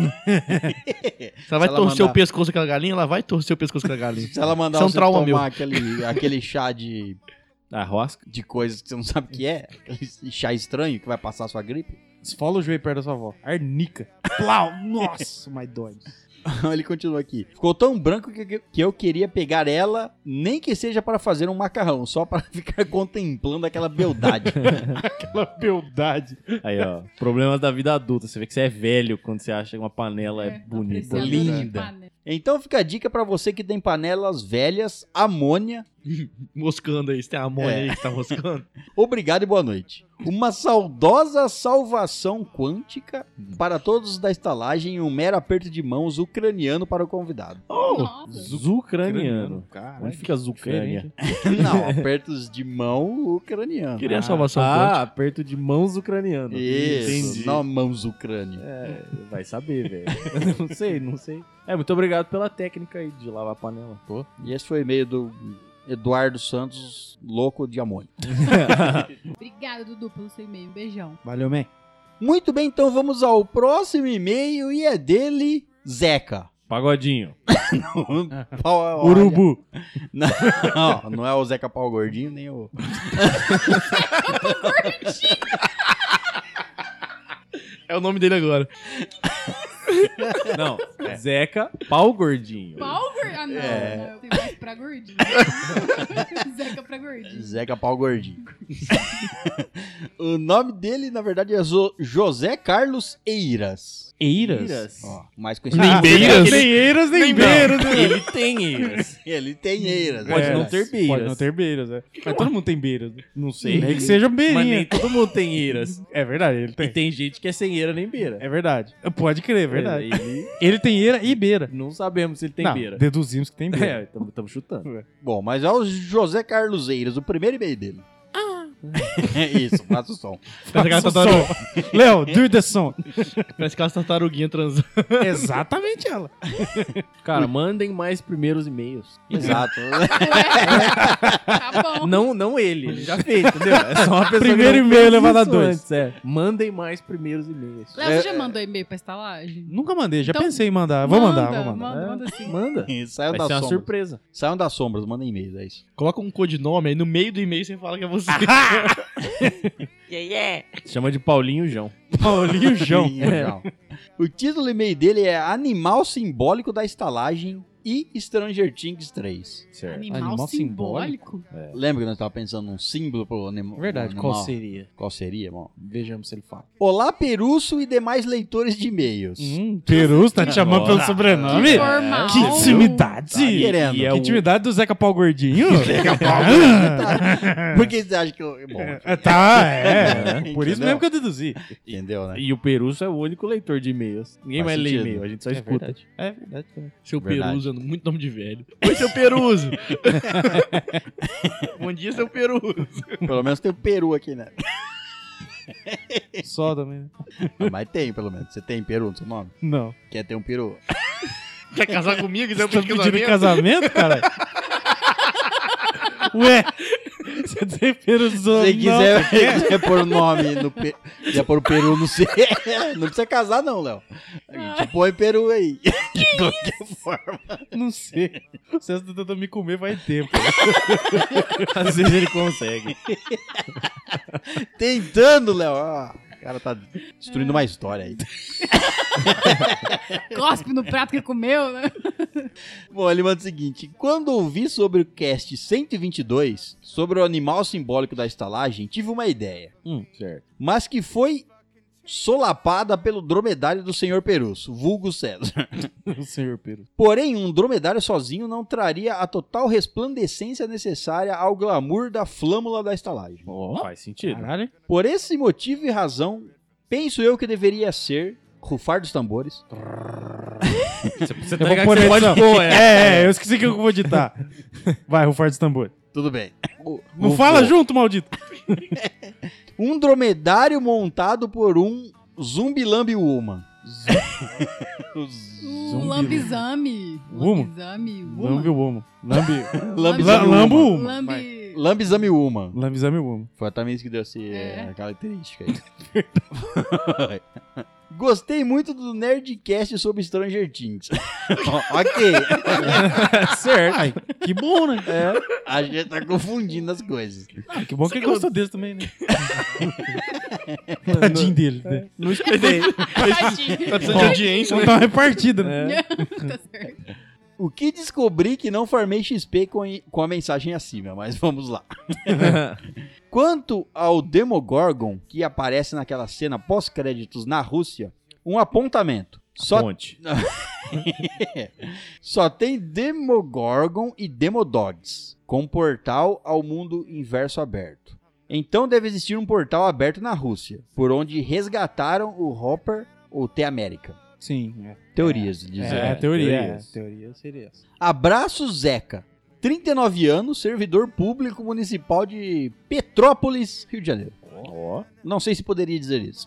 Se ela vai Se ela torcer mandar- o pescoço daquela galinha, ela vai torcer o pescoço daquela galinha. Se ela mandar Isso é um você trauma tomar meu. aquele, aquele chá de, A rosca? de coisas que você não sabe o que é, aquele chá estranho que vai passar a sua gripe, Esfola o joelho perto da sua avó. Arnica. Plau. Nossa, my dog. ele continua aqui. Ficou tão branco que, que eu queria pegar ela, nem que seja para fazer um macarrão, só para ficar contemplando aquela beldade. Aquela beldade. Aí, ó. Problemas da vida adulta. Você vê que você é velho quando você acha que uma panela é, bonita. apreciador de Linda. panela. Então fica a dica pra você que tem panelas velhas, amônia. Moscando aí, você tem a amônia É. aí que tá moscando. Obrigado e boa noite. Uma saudosa salvação quântica para todos da estalagem e um mero aperto de mãos ucraniano para o convidado. Nossa. Zucraniano. Caralho. Onde fica Zucrânia? Não, apertos de mão ucraniano. Queria a salvação Ah, quântica. aperto de mãos ucraniano. Isso, Entendi. não mãos ucrânia. É, vai saber, velho. Não sei, não sei. É, muito obrigado pela técnica aí de lavar a panela. Pô. E esse foi o e-mail do Eduardo Santos, louco de amônia. Obrigada, Dudu, pelo seu e-mail. Beijão. Valeu, man. Muito bem, então vamos ao próximo e-mail e é dele, Zeca. Pagodinho. Pau- Urubu. Não, não é o Zeca Pau Gordinho, nem o... É o nome dele agora. Não, Zeca Pau Gordinho. Pau gordinho? Ah, não. É. não. Tem mais pra gordinho. Zeca pra gordinho. Zeca Pau Gordinho. O nome dele, na verdade, é Zo- José Carlos Eiras. Eiras? Ó, mais conhecido. Nem como- Beiras? Nem eiras, nem Não, beiras. ele tem eiras. Ele tem Eiras. Pode é. não ter beiras. Pode não ter beiras, é. Mas todo mundo tem beiras. né? Não sei. Nem que seja Mas nem beirinha. todo mundo tem eiras. É verdade, ele E tem. tem gente que é sem eira nem beira. É verdade. Pode crer, é verdade. Ele, Ele tem eira e beira. não sabemos se ele tem Não, beira. deduzimos que tem beira. É, estamos chutando. Bom, mas é o José Carlos Eiras, o primeiro e-mail dele. Isso, faça o som. Parece aquela Faça o tartaruga, som. Léo, do the song. parece aquela tartaruguinha transando. Exatamente ela. Cara, mandem mais primeiros e-mails. Exato. Tá bom. Não, não ele, ele já fez, entendeu? É só uma pessoa Primeiro que não e-mail fez levado a isso dois. antes, é. Mandem mais primeiros e-mails. Léo, você já mandou e-mail pra estalagem? Nunca mandei, já Então, pensei em mandar. Vou mandar, Manda, vou mandar. Manda, É. manda sim. Manda. Saiam Vai das ser uma sombras. surpresa. Saiam das sombras, mandem e-mails, é isso. Coloca um codinome aí no meio do e-mail você fala que é você. Chama de Paulinho João. Paulinho João. Sim, legal. O título do e-mail dele é Animal Simbólico da Estalagem e Stranger Things três. Certo. Animal, Animal simbólico? Lembra que nós estávamos pensando num símbolo pro anima- Verdade, animal? qual seria? Qual seria, irmão? Vejamos se ele fala. Olá, Perusso e demais leitores de e-mails. Hum, Perus, tá te chamando pelo sobrenome? Que formal. Que intimidade. Tá querendo. Que E é o- intimidade do Zeca Pau Gordinho. Zeca Pau Por que você acha que eu... Bom, Tá, é. Por isso Entendeu? mesmo que eu deduzi. entendeu, né? E o Perusso é o único leitor de e-mails. Ninguém Faz mais lê sentido. e-mail, a gente só É escuta. verdade. É verdade. também. Seu Verdade. Peruso, muito nome de velho. Oi, seu Peruso. Bom dia, seu Peruso. Pelo menos tem o Peru aqui, né? Só também. né? Ah, mas tem, pelo menos. Você tem Peru no seu nome? Não. Quer ter um Peru? Quer casar comigo? Você Você tá pedindo casamento, cara? Ué, você tem Perus Se você quiser, quiser pôr o nome no Peru, quiser pôr o Peru no C, não precisa casar não, Léo. A gente põe Peru aí. De qualquer forma. Não sei. Vocês estão tentando me comer faz tempo. Às vezes ele consegue. Tentando, Léo. Ah, o cara tá destruindo uma história aí. Cospe no prato que comeu, né? Bom, ele manda o seguinte. Quando ouvi sobre o cast cento e vinte e dois, sobre o animal simbólico da estalagem, tive uma ideia. Hum, certo. Mas que foi solapada pelo dromedário do senhor Perusso, vulgo César. O senhor Perus. Porém, um dromedário sozinho não traria a total resplandecência necessária ao glamour da flâmula da estalagem. Faz sentido. Caralho. Por esse motivo e razão, penso eu que deveria ser rufar dos tambores. Você Eu vou pôr você na pode edição. pôr, é. É, é, eu esqueci que eu vou editar. Vai, rufar dos tambores. Tudo bem. Não fala junto, maldito. Um dromedário montado por um Zumbilambi Woman. O Zumbi- lambizame. Woman? Lambizame. Lambe o Woman. Lambe... Lambizame La- Lambo Woman. Woman. Lambi... Lambizame Woman. Lambizame Woman. Foi também isso que deu essa É. é, característica aí. Gostei muito do Nerdcast sobre Stranger Things. Ok. Certo. Ai, que bom, né? A gente tá confundindo as coisas. Que bom que ele gostou desse também, né? Tadinho dele, né? Não escutei. Tá precisando de audiência, Vamos né? dar uma repartida, né? Tá certo. O que descobri que não farmei X P com, com a mensagem acima, mas vamos lá. Quanto ao Demogorgon, que aparece naquela cena pós-créditos na Rússia, um apontamento. Só, Ponte. só tem Demogorgon e Demodogs, com portal ao mundo inverso aberto. Então deve existir um portal aberto na Rússia, por onde resgataram o Hopper ou The América. Sim. É, Teorias, dizer. é, a teoria. teorias. É, a teoria seria essa. Abraço Zeca, trinta e nove anos, servidor público municipal de Petrópolis, Rio de Janeiro. Ó. Não sei se poderia dizer isso.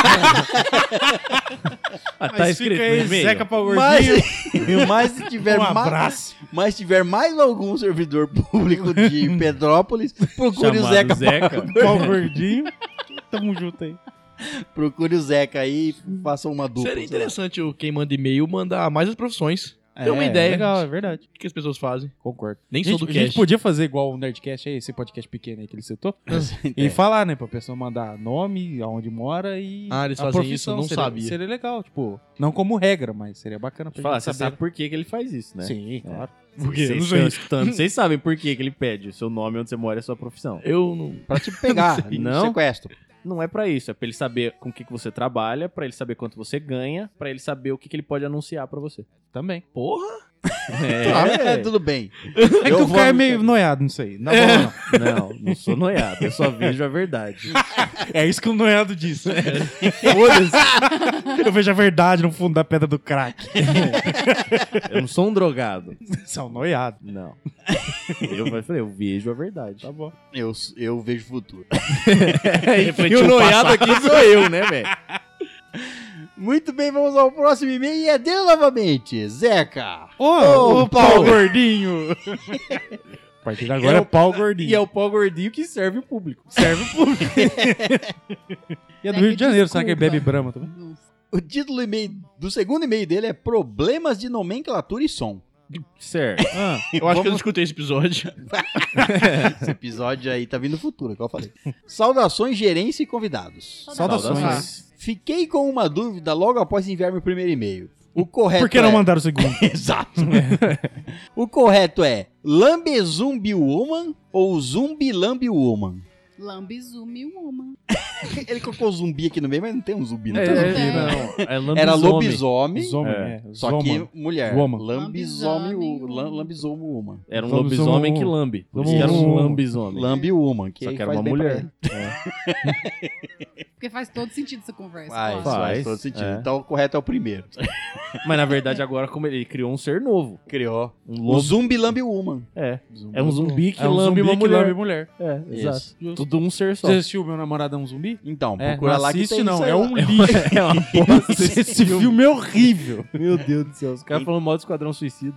Ah, tá Mas escrito fica no aí, e-mail. Zeca Pau Mas, Gordinho. mas se tiver Um mais, abraço. mas se tiver mais algum servidor público de Petrópolis, procure o Chamado Zeca. Zeca. Pau Gordinho. Tamo junto aí. Procure o Zeca aí e faça uma dupla. Seria sei lá. interessante o quem manda e-mail mandar mais as profissões. É, Tem uma ideia. Legal, é verdade. O que as pessoas fazem? Concordo. Nem A sou gente, do a gente cast. podia fazer igual o Nerdcast aí, esse podcast pequeno aí que ele citou. E É. falar, né, pra pessoa mandar nome, aonde mora e. Ah, eles a fazem profissão. isso, eu não seria, sabia. Seria legal, tipo, não como regra, mas seria bacana pra Fala, gente você saber. sabe por que, que ele faz isso, né? Sim, claro. Por quê? Vocês Não estão sei. escutando, vocês sabem por que, que ele pede. O seu nome, onde você mora, é a sua profissão. Eu não... Pra te pegar, sei. não Não? sequestro. Não é pra isso, é pra ele saber com o que, que você trabalha, pra ele saber quanto você ganha, pra ele saber o que, que ele pode anunciar pra você. Também. Porra! É, tudo bem. É que Eu o vou Caio é no- meio noiado nisso aí. Não, não, não. Não, não sou noiado, eu só vejo a verdade. É isso que o noiado diz. Foda-se. Eu vejo a verdade no fundo da pedra do crack. Eu não sou um drogado. Você é um noiado. Não. Eu falei, eu vejo a verdade. Tá bom. Eu, eu vejo o futuro. E o noiado aqui sou eu, né, velho? Muito bem, vamos ao próximo e-mail e é dele novamente, Zeca. Ô, Ô, o pau gordinho. A partir de agora é, É o- pau gordinho. E é o pau gordinho que serve o público. Serve o público. E é do Zeca, Rio de Janeiro, será que ele desculpa. bebe Brahma também? Nossa. O título do e-mail do segundo e-mail dele é Problemas de Nomenclatura e Som. Certo. Ah, Eu acho que eu não escutei esse episódio. Esse episódio aí tá vindo no futuro, que eu falei. Saudações, gerência e convidados. saudações. Saudações. Fiquei com uma dúvida logo após enviar meu primeiro e-mail. O correto Por que não é... mandaram o segundo? Exato. O correto é Lambe Zumbi Woman ou Zumbi Lambe Woman? Lambizumi Woman. Ele colocou zumbi aqui no meio, mas não tem um zumbi no É, meio. é, tem. não, é lambisomem. Era lobisomem, Zomem, É. é. só Zoma. que mulher. Woman. Lambisomem, Lambisomem lam- lambisomem woman. Era um Lambisomem. lobisomem que lambe. Por isso que era um Lambisomem. lambisomem. Lambe woman, que Só aí que era faz uma bem pra mulher. ele. Porque faz todo sentido essa conversa. Faz, claro. faz, Faz, todo sentido. é. Então o correto é o primeiro. Mas na verdade agora como ele criou um ser novo. Criou. Um O lobo. zumbi lambe woman. É. É um zumbi que É um lambe zumbi uma que mulher. lambe mulher. É, Isso. exato. Justo. Tudo um ser só. Você assistiu Meu Namorado é um Zumbi? Então, É, procura não lá que assiste tem não, isso aí é lá. um lixo. É uma bosta Esse, esse filme. filme é horrível. Meu Deus do céu. Os caras falando mal do Esquadrão Suicida.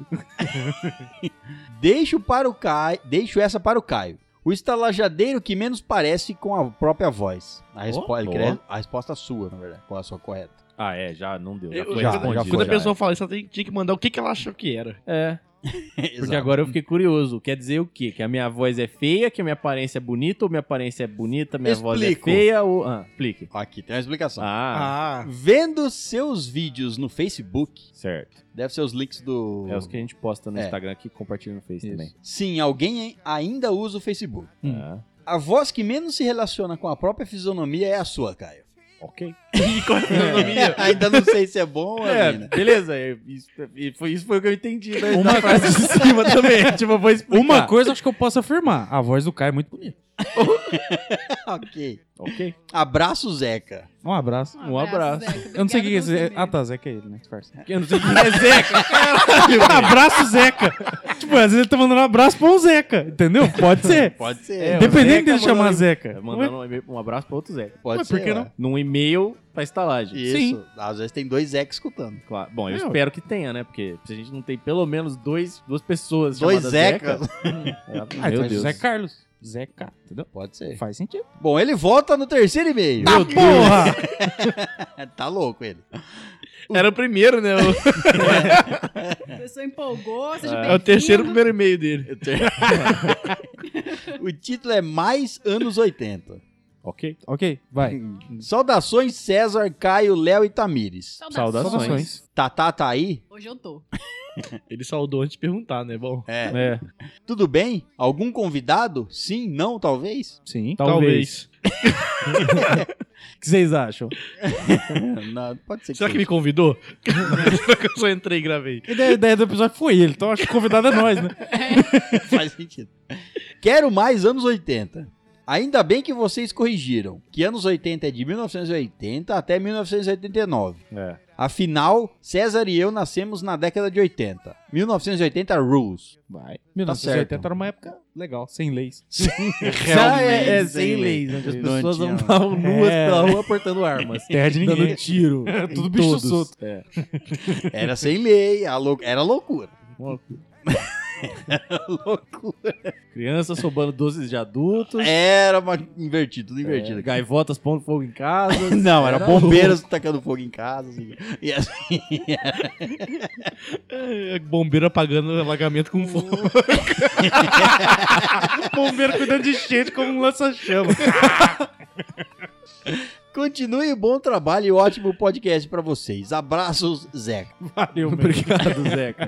Deixo para o Caio, deixo essa para o Caio. O estalajadeiro que menos parece com a própria voz. A, respo- Oh, ele oh. queria a resposta sua, na verdade. Qual é a sua correta? Ah, é, já não deu. Já Eu- foi já, respondido. já Quando foi, a pessoa fala isso, ela tem- tinha que mandar o que, que ela achou que era. É, porque Exato. agora eu fiquei curioso. Quer dizer o quê? Que a minha voz é feia, que a minha aparência é bonita, ou minha aparência é bonita, minha voz é Explico. feia, ou... Ah, explique. Aqui tem uma explicação. Ah, Ah, Vendo seus vídeos no Facebook, certo. deve ser os links do... É os que a gente posta no É. Instagram que compartilha no Face Isso. também. Sim, alguém ainda usa o Facebook. Hum. Ah, A voz que menos se relaciona com a própria fisionomia é a sua, Caio. ok. E qual é a fisionomia? Ainda não sei se é bom ou É, é, né? beleza. é, Isso e foi, isso foi o que eu entendi da, Uma da frase de cima também. Tipo, eu vou explicar. uma coisa acho que eu posso afirmar. A voz do Caio é muito bonita. Ok. Ok. Abraço, Zeca. Um abraço. Um abraço. Zeca. Eu não sei o que que é Obrigada esse. pelo Ah, tá, Zeca é ele, né? Disfarça. Eu não sei quem é Zeca. Abraço, Zeca. Tipo, às vezes ele tá mandando um abraço pra um Zeca, entendeu? Pode ser. Pode ser. É, Dependendo Zeca dele chamar mandando- Zeca. Mandando um, e-mail- um abraço pra outro Zeca. Pode Mas ser. por que ué. não? Num e-mail pra estalagem. Isso. Sim. Às vezes tem dois Zeca escutando. Claro. Bom, eu Não. espero que tenha, né? Porque se a gente não tem pelo menos dois, duas pessoas Dois chamadas Zecas. Zeca... É, Ah, meu então é Deus. Zé Carlos. Zeca, entendeu? Pode ser. Faz sentido. Bom, ele volta no terceiro e-mail. Ah, porra! Tá louco ele. Era o primeiro, né? O- A pessoa empolgou, seja É, bem-vindo. o terceiro primeiro e-mail dele. O título é Mais Anos oitenta. Ok. Ok, vai. Saudações, César, Caio, Léo e Tamires. Saudações. Saudações. Tatá tá aí? Hoje eu tô. Ele saudou antes de perguntar, né? Bom, É. É, Tudo bem? Algum convidado? Sim, não, talvez? Sim. talvez. talvez. O que vocês acham? Não, pode ser que Será que sim. me convidou? Será que eu só entrei e gravei? A ideia, a ideia do episódio foi ele, então acho que o convidado é nós, né? Faz sentido. Quero mais anos oitenta. Ainda bem que vocês corrigiram, que anos oitenta é de mil novecentos e oitenta até mil novecentos e oitenta e nove. É. Afinal, César e eu nascemos na década de oitenta. mil novecentos e oitenta rules. Vai. mil novecentos e oitenta certo. era uma época legal, sem leis. Já é, é sem leis, onde as Não pessoas tinha. andavam nuas É. pela rua portando armas. Terra de ninguém. Dando tiro. Tudo em bicho todos. solto. É. Era sem lei, a lou- era loucura. loucura. Crianças roubando doces de adultos. Era uma... invertido, tudo É, invertido. gaivotas pondo fogo em casa. Não, era, Era bombeiros tacando fogo em casa. Assim. E assim, É, bombeiro apagando o alagamento com fogo. Bombeiro cuidando de enchente como um lança-chama. continue o bom trabalho e ótimo podcast pra vocês. Abraços, Zeca. Valeu, meu. Obrigado, Zeca.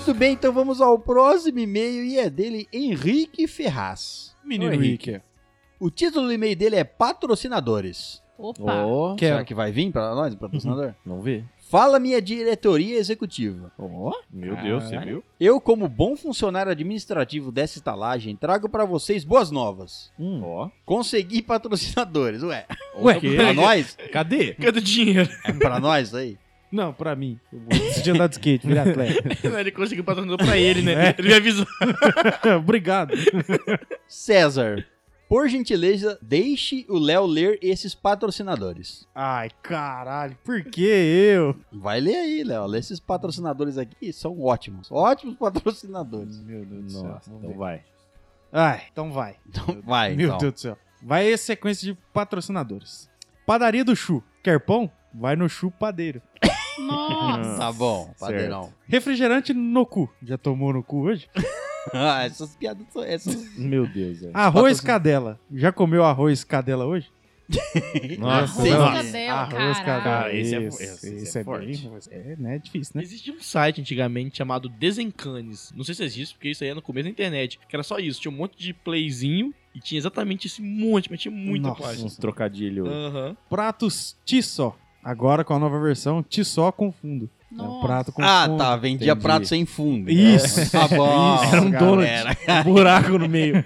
Muito bem, então vamos ao próximo e-mail e é dele, Henrique Ferraz. Menino Oi, Henrique. O título do e-mail dele é Patrocinadores. Opa. Ó, Quero. Será que vai vir para nós, patrocinador? vamos ver. Fala minha diretoria executiva. Ó, meu Deus, você viu? Eu, como bom funcionário administrativo dessa estalagem, trago para vocês boas novas. Hum. Ó. Consegui patrocinadores, ué. Ué, Pra nós? Cadê? Cadê o dinheiro? É pra nós aí? Não, pra mim. Eu vou decidir andar de skate, virar atleta. Ele conseguiu patrocinador pra ele, né? Ele me avisou. Obrigado. César, por gentileza, deixe o Léo ler esses patrocinadores. Ai, caralho. Por que eu? Vai ler aí, Léo. Lê esses patrocinadores aqui, são ótimos. Ótimos patrocinadores. Meu Deus do céu. Nossa, então vai. Ai, então vai. Então, vai, Meu então. Deus do céu. Vai a sequência de patrocinadores. Padaria do Chu. Quer pão? Vai no Chu Padeiro. Nossa. Tá bom, padeirão. Refrigerante no cu. Já tomou no cu hoje? Ah, essas piadas são essas. Meu Deus, velho. Arroz cadela. Já comeu arroz cadela hoje? Nossa, Sim. Arroz nossa. cadela, Arroz caralho. Cara, esse é- Isso, esse- esse esse é é bem... forte. É, né? É difícil, né? Existia um site antigamente chamado Desencanes. Não sei se existe, porque isso aí é no começo da internet. Que era só isso. Tinha um monte de playzinho e tinha exatamente esse monte, mas tinha muita Nossa. página. Uns trocadilhos. Aham. Pratos Tissó. Agora com a nova versão, Tissó com fundo. É um Nossa. prato com Ah, fundo. tá. Vendia Entendi. prato sem fundo. Isso. Tá bom. Isso, Era um cara. donut. Era. Buraco no meio.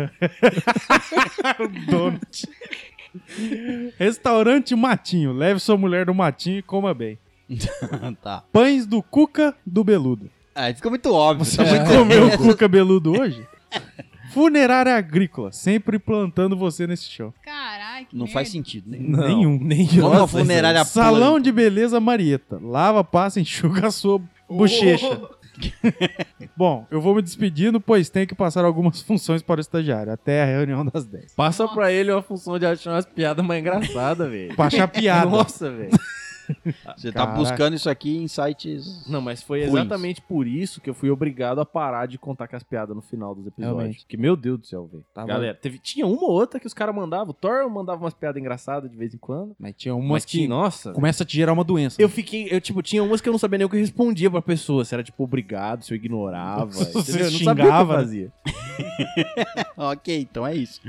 Donut. Restaurante Matinho. Leve sua mulher no Matinho e coma bem. Tá. Pães do Cuca do Beludo. Ah, fica muito óbvio. Você Tá já muito- comeu o Essas- Cuca Beludo hoje? Funerária Agrícola. Sempre plantando você nesse chão. Caralho, que Não merda. faz sentido, né? Nenhum. Nem Vamos uma funerária Salão de Beleza Marieta. Lava, passa, enxuga a sua bochecha. Bom, eu vou me despedindo, pois tenho que passar algumas funções para o estagiário. Até a reunião das dez. Passa Nossa. pra ele uma função de achar umas piadas mais engraçadas, velho. Pra achar piada. Nossa, velho. Você tá Caraca. buscando isso aqui em sites. Não, mas foi Ruins. exatamente por isso que eu fui obrigado a parar de contar com as piadas no final dos episódios. Realmente. Porque, meu Deus do céu, velho. Tava- Galera, teve, tinha uma ou outra que os caras mandavam. O Thor mandava umas piadas engraçadas de vez em quando. Mas tinha umas Mas que que, nossa. começa a te gerar uma doença. Eu fiquei, eu, tipo, tinha umas que eu não sabia nem o que eu respondia pra pessoa. Se era, tipo, obrigado, se eu ignorava. Você entendeu? Eu não sabia o que eu xingava, né? fazia. Ok, então é isso.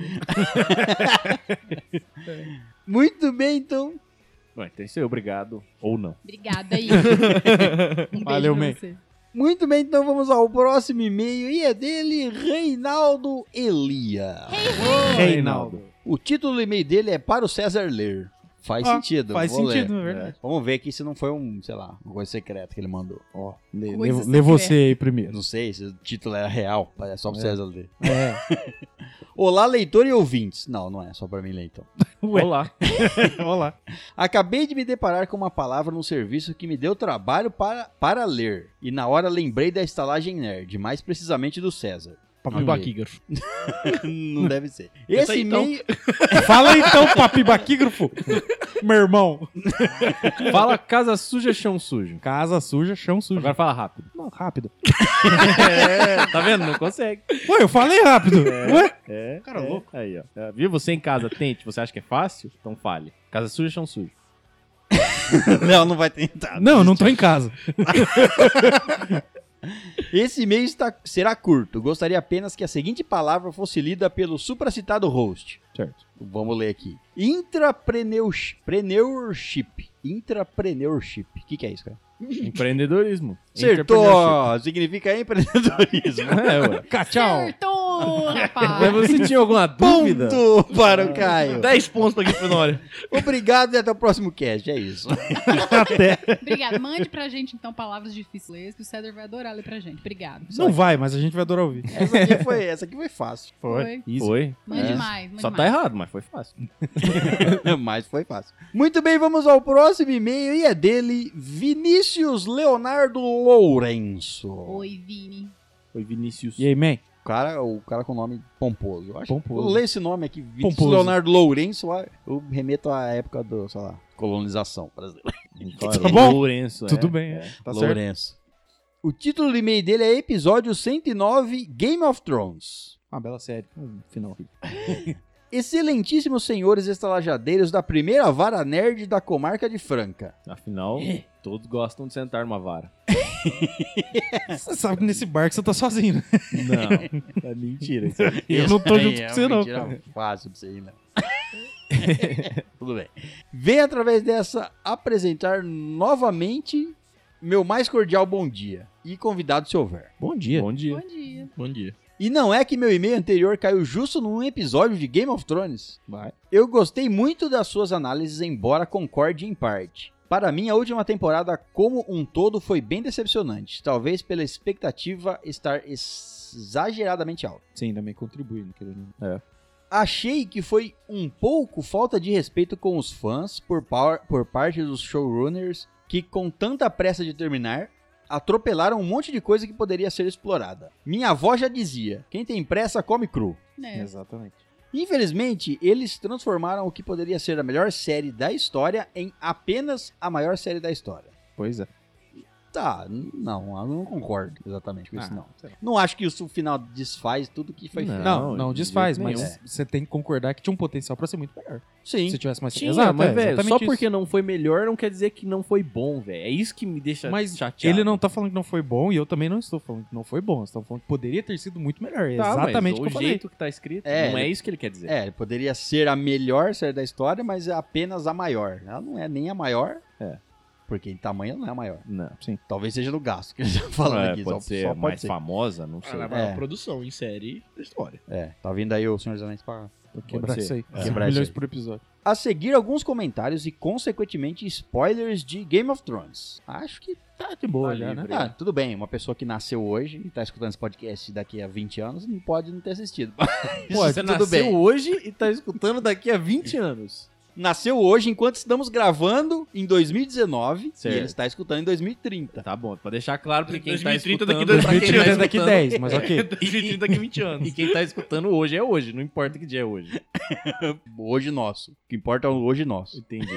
Muito bem, então. Ué, tem que ser obrigado ou não. Obrigada aí. Um beijo Valeu, pra man. você. Muito bem, então vamos ao próximo e-mail e é dele, Reinaldo Elia. Reinaldo. O título do e-mail dele é Para o César Ler. Faz Ah, sentido. faz vou sentido, ler. é verdade. É. Vamos ver aqui se não foi um, sei lá, uma coisa secreta que ele mandou. Ó, lê, Coisa lê, lê você secreta. aí primeiro. Não sei se o título era real, é só pro É. César ler. É. Olá, leitor e ouvintes. Não, não é só pra mim ler, então. Ué. Olá. Olá. Acabei de me deparar com uma palavra num serviço que me deu trabalho para, para ler. E na hora lembrei da estalagem nerd, mais precisamente do César. Papibaquígrafo. Não deve ser. Essa Esse aí, então. e-mail... Fala então, papibaquígrafo. Meu irmão. Fala casa suja, chão sujo. Casa suja, chão sujo. Agora fala rápido. Não, rápido. É, tá vendo? Não consegue. Ué, eu falei rápido. Ué? É. Cara é. louco. Aí, ó. É, viu? Você em casa tente. Você acha que é fácil? Então fale. Casa suja, chão sujo. Não, não vai tentar. Não, eu não tô em casa. Esse e-mail está, será curto. Gostaria apenas que a seguinte palavra fosse lida pelo supracitado host. Certo. Vamos ler aqui. Intrapreneurship. Intrapreneurship. O que, que é isso, cara? Empreendedorismo. Acertou! Significa empreendedorismo. É, ué. Tchau. Acertou, Mas rapaz. você tinha alguma dúvida? Ponto para o Caio. dez pontos pra Grifinória. Obrigado e até o próximo cast. É isso. Obrigada. Mande pra gente, então, palavras difíceis que o César vai adorar ler pra gente. Obrigado. Não vai, mas a gente vai adorar ouvir. Essa aqui foi, essa aqui foi fácil. Foi. Isso. Foi. Mande É. mais, mande Só mais. tá errado, mas foi fácil. Mas foi fácil. Muito bem, vamos ao próximo e-mail e é dele, Vinícius Leonardo Lourenço. Oi, Vini. Foi Vinícius. E aí, man? O cara, o cara com nome pomposo. Eu acho. Pomposo. Eu leio esse nome aqui, Vinícius Pomposo. Leonardo Lourenço, eu remeto à época do, sei lá, colonização brasileira. Tá bom. Lourenço, Tudo é. bem, é. Tá certo. Lourenço. O título do e-mail dele é episódio cento e nove, Game of Thrones. Uma bela série. Um final. Excelentíssimos senhores estalajadeiros da primeira vara nerd da comarca de Franca. Afinal, todos gostam de sentar numa vara. Você sabe que nesse barco você tá sozinho, né? Não, é mentira. Isso aí. Eu não tô Isso junto aí com você, é não. mentira fácil pra você ir, não. Tudo bem. Venho através dessa apresentar novamente meu mais cordial bom dia. E convidado se houver. Bom dia. Bom dia. Bom dia. Bom dia. E não é que meu e-mail anterior caiu justo num episódio de Game of Thrones. Vai. Eu gostei muito das suas análises, embora concorde em parte. Para mim, a última temporada como um todo foi bem decepcionante. Talvez pela expectativa estar exageradamente alta. Sim, também contribui, não querendo. É. Achei que foi um pouco falta de respeito com os fãs por, par- por parte dos showrunners que, com tanta pressa de terminar, atropelaram um monte de coisa que poderia ser explorada. Minha avó já dizia, quem tem pressa come cru. É. Exatamente. Infelizmente, eles transformaram o que poderia ser a melhor série da história em apenas a maior série da história. Pois é. Tá, n- não, eu não concordo exatamente com isso, Ah, não. sei lá. Não acho que isso, o final desfaz tudo que foi Não. feito. Não, não de desfaz, jeito mas nenhum. você tem que concordar que tinha um potencial pra ser muito melhor. Sim. Se tivesse mais... Tinha, Exato, mas, é, velho, exatamente só isso. porque não foi melhor não quer dizer que não foi bom, velho. É isso que me deixa Mas chateado. ele não tá falando que não foi bom e eu também não estou falando que não foi bom. Estão falando que poderia ter sido muito melhor. É Tá, exatamente mas o que eu o falei. jeito que tá escrito É, não é ele- isso que ele quer dizer. É, poderia ser a melhor série da história, mas é apenas a maior. Ela não é nem a maior. É. Porque em tamanho ela não é a maior. Não. Sim. Talvez seja no gasto que eles estão falando É, aqui. pode só, ser só pode mais ser. famosa, não Ah, sei. na maior É. produção em série da história. É, tá vindo aí o Senhor dos Anéis pra Vou quebrar ser. isso aí. É. cinco Quebrar isso milhões aí. por episódio. A seguir, alguns comentários e, consequentemente, spoilers de Game of Thrones. Acho que Tá de boa Tá já, né? livre. ah, tudo bem. Uma pessoa que nasceu hoje e tá escutando esse podcast daqui a vinte anos não pode não ter assistido. Pô, você tudo nasceu bem. hoje e tá escutando daqui a vinte anos. Nasceu hoje enquanto estamos gravando em dois mil e dezenove Certo. e ele está escutando em dois mil e trinta. Tá bom, pra deixar claro pra quem dois mil e trinta tá daqui escutando... dois pra mil e quem trinta tá É daqui escutando- dez, mas ok. dois mil e trinta daqui a vinte anos. E quem tá escutando hoje é hoje, não importa que dia é hoje. Hoje nosso. O que importa é o hoje nosso. Entendi.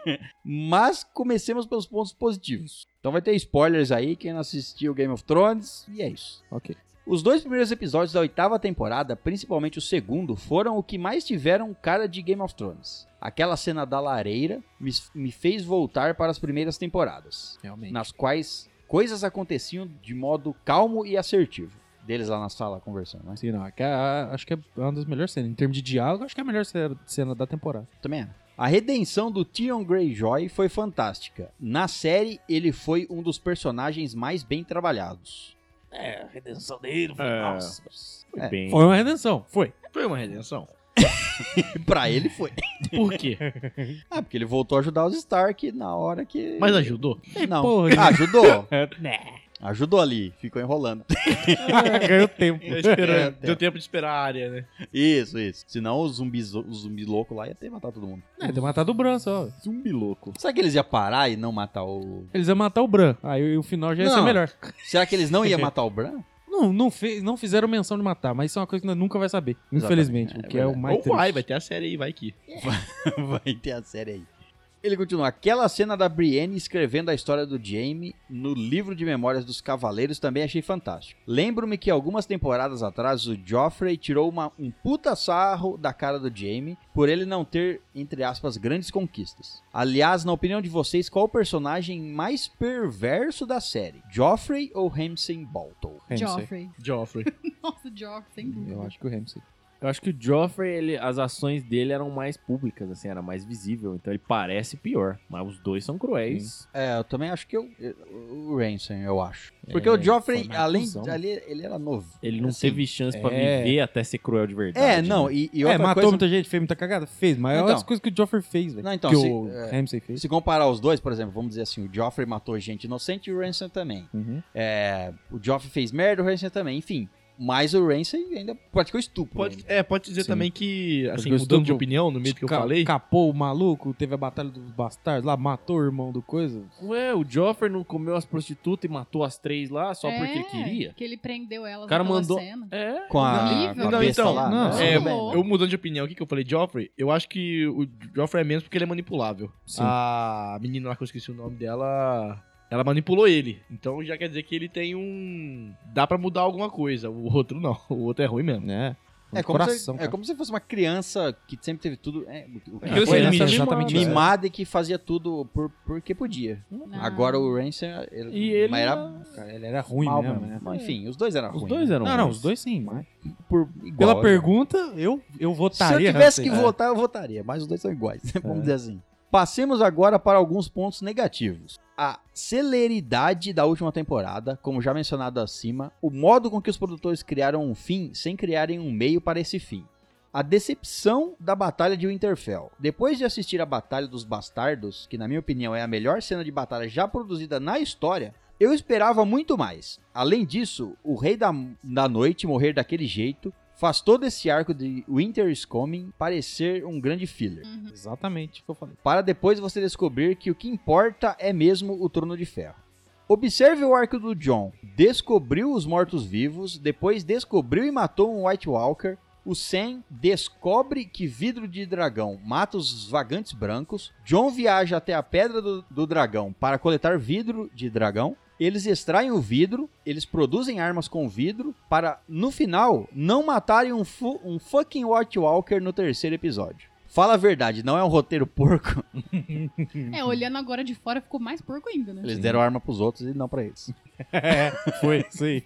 Mas comecemos pelos pontos positivos. Então vai ter spoilers aí, quem não assistiu Game of Thrones, e é isso. Ok. Os dois primeiros episódios da oitava temporada, principalmente o segundo, foram o que mais tiveram cara de Game of Thrones. Aquela cena da lareira me, me fez voltar para as primeiras temporadas, Realmente. nas quais coisas aconteciam de modo calmo e assertivo. Deles lá na sala conversando, né? Sim, não. é que a- acho que é uma das melhores cenas. Em termos de diálogo, acho que é a melhor cena- cena da temporada. Também é. A redenção do Theon Greyjoy foi fantástica. Na série, ele foi um dos personagens mais bem trabalhados. É, a redenção dele foi... É. Nossa, foi É. bem... Foi uma redenção, foi. Foi uma redenção. Pra ele foi. Por quê? Ah, porque ele voltou a ajudar os Stark na hora que... Mas ajudou. Não. porra. Ah, ajudou. Né. Ajudou ali. Ficou enrolando. Ganhou tempo. Eu esperando. É, Deu tempo de esperar a área, né? Isso, isso. Senão os zumbis, os zumbis loucos lá ia ter matado todo mundo. É, ter matado o Bran só. Zumbi louco. Será que eles iam parar e não matar o... Eles iam matar o Bran. Aí o final já ia ser Não. melhor. Será que eles não iam matar o Bran? Não, não, fe- não fizeram menção de matar, mas isso é uma coisa que nós nunca vai saber. Infelizmente. Exatamente, o que é é, o verdade. mais Ou triste. vai, vai ter a série aí, vai que. Vai ter a série aí. Ele continua. Aquela cena da Brienne escrevendo a história do Jaime no livro de memórias dos Cavaleiros também achei fantástico. Lembro-me que algumas temporadas atrás o Joffrey tirou uma, um puta sarro da cara do Jaime por ele não ter, entre aspas, grandes conquistas. Aliás, na opinião de vocês, qual o personagem mais perverso da série? Joffrey ou Ramsay Bolton? Ramsay. Joffrey. Joffrey. Nossa, Joffrey, sem dúvida. Eu acho que o Ramsay. Eu acho que o Joffrey, ele, as ações dele eram mais públicas, assim, era mais visível. Então ele parece pior. Mas os dois são cruéis. É, eu também acho que eu, eu- o Ramsay, eu acho. É, Porque o Joffrey, foi mais além cuzão. de ali, ele era novo. Ele não Assim, teve chance pra é. viver até ser cruel de verdade. É, não, né? e, e É, outra matou coisa... muita gente, fez muita cagada? Fez, mas é Então. as coisas que o Joffrey fez, velho. Não, então, que se- o é, Ramsay fez. Se comparar os dois, por exemplo, vamos dizer assim, o Joffrey matou gente inocente e o Ramsay também. Uhum. É, o Joffrey fez merda, o Ramsay também, enfim. Mas o Ramsay ainda praticou estupro. Pode, ainda. é, pode dizer Sim. também que, assim, Porque mudando de estupro- opinião no meio do que eu Ca- falei. Capou o maluco, teve a batalha dos bastardos lá, matou o irmão do coisa. Ué, o Joffrey não comeu as prostitutas e matou as três lá só porque ele queria? Que ele prendeu elas O cara naquela mandou- cena. É. Com a, Horrível. com a Não, besta então, lá. não, né? É, Tudo bem. bom. eu mudando de opinião, o que, que eu falei? Joffrey, eu acho que o Joffrey é menos porque ele é manipulável. Sim. A menina lá que eu esqueci o nome dela, ela manipulou ele. Então já quer dizer que ele tem um... Dá pra mudar alguma coisa. O outro não. O outro é ruim mesmo. É. É no como, coração. se, é como se fosse uma criança que sempre teve tudo. É, o que Criança foi, limite. essa- exatamente isso. mimada e que fazia tudo por, porque podia. Não. Agora o Ransom, ele, E ele mas era não- Cara, ele era ruim mal mesmo, mesmo. né? Mas, enfim, os dois eram Os ruins. dois né? eram Não, não, ruins. os dois sim, mas Por, igual, pela né? pergunta, eu, eu votaria. Se eu tivesse que Hansen. votar, eu votaria, mas os dois são iguais, vamos dizer assim. Passemos agora para alguns pontos negativos. A celeridade da última temporada, como já mencionado acima, o modo com que os produtores criaram um fim sem criarem um meio para esse fim. A decepção da Batalha de Winterfell. Depois de assistir a Batalha dos Bastardos, que na minha opinião é a melhor cena de batalha já produzida na história, eu esperava muito mais. Além disso, o Rei da, da Noite morrer daquele jeito faz todo esse arco de Winter is Coming parecer um grande filler. Exatamente o que eu falei. Para depois você descobrir que o que importa é mesmo o Trono de Ferro. Observe o arco do Jon. Descobriu os mortos-vivos, depois descobriu e matou um White Walker. O Sam descobre que vidro de dragão mata os vagantes brancos. Jon viaja até a Pedra do, do Dragão para coletar vidro de dragão. Eles extraem o vidro, eles produzem armas com vidro para, no final, não matarem um, fu- um fucking White Walker no terceiro episódio. Fala a verdade, não é um roteiro porco? É, olhando agora de fora, ficou mais porco ainda, né? Eles deram arma pros outros e não pra eles. É, foi, sim.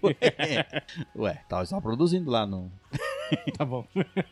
Ué, tava só produzindo lá no... Tá bom.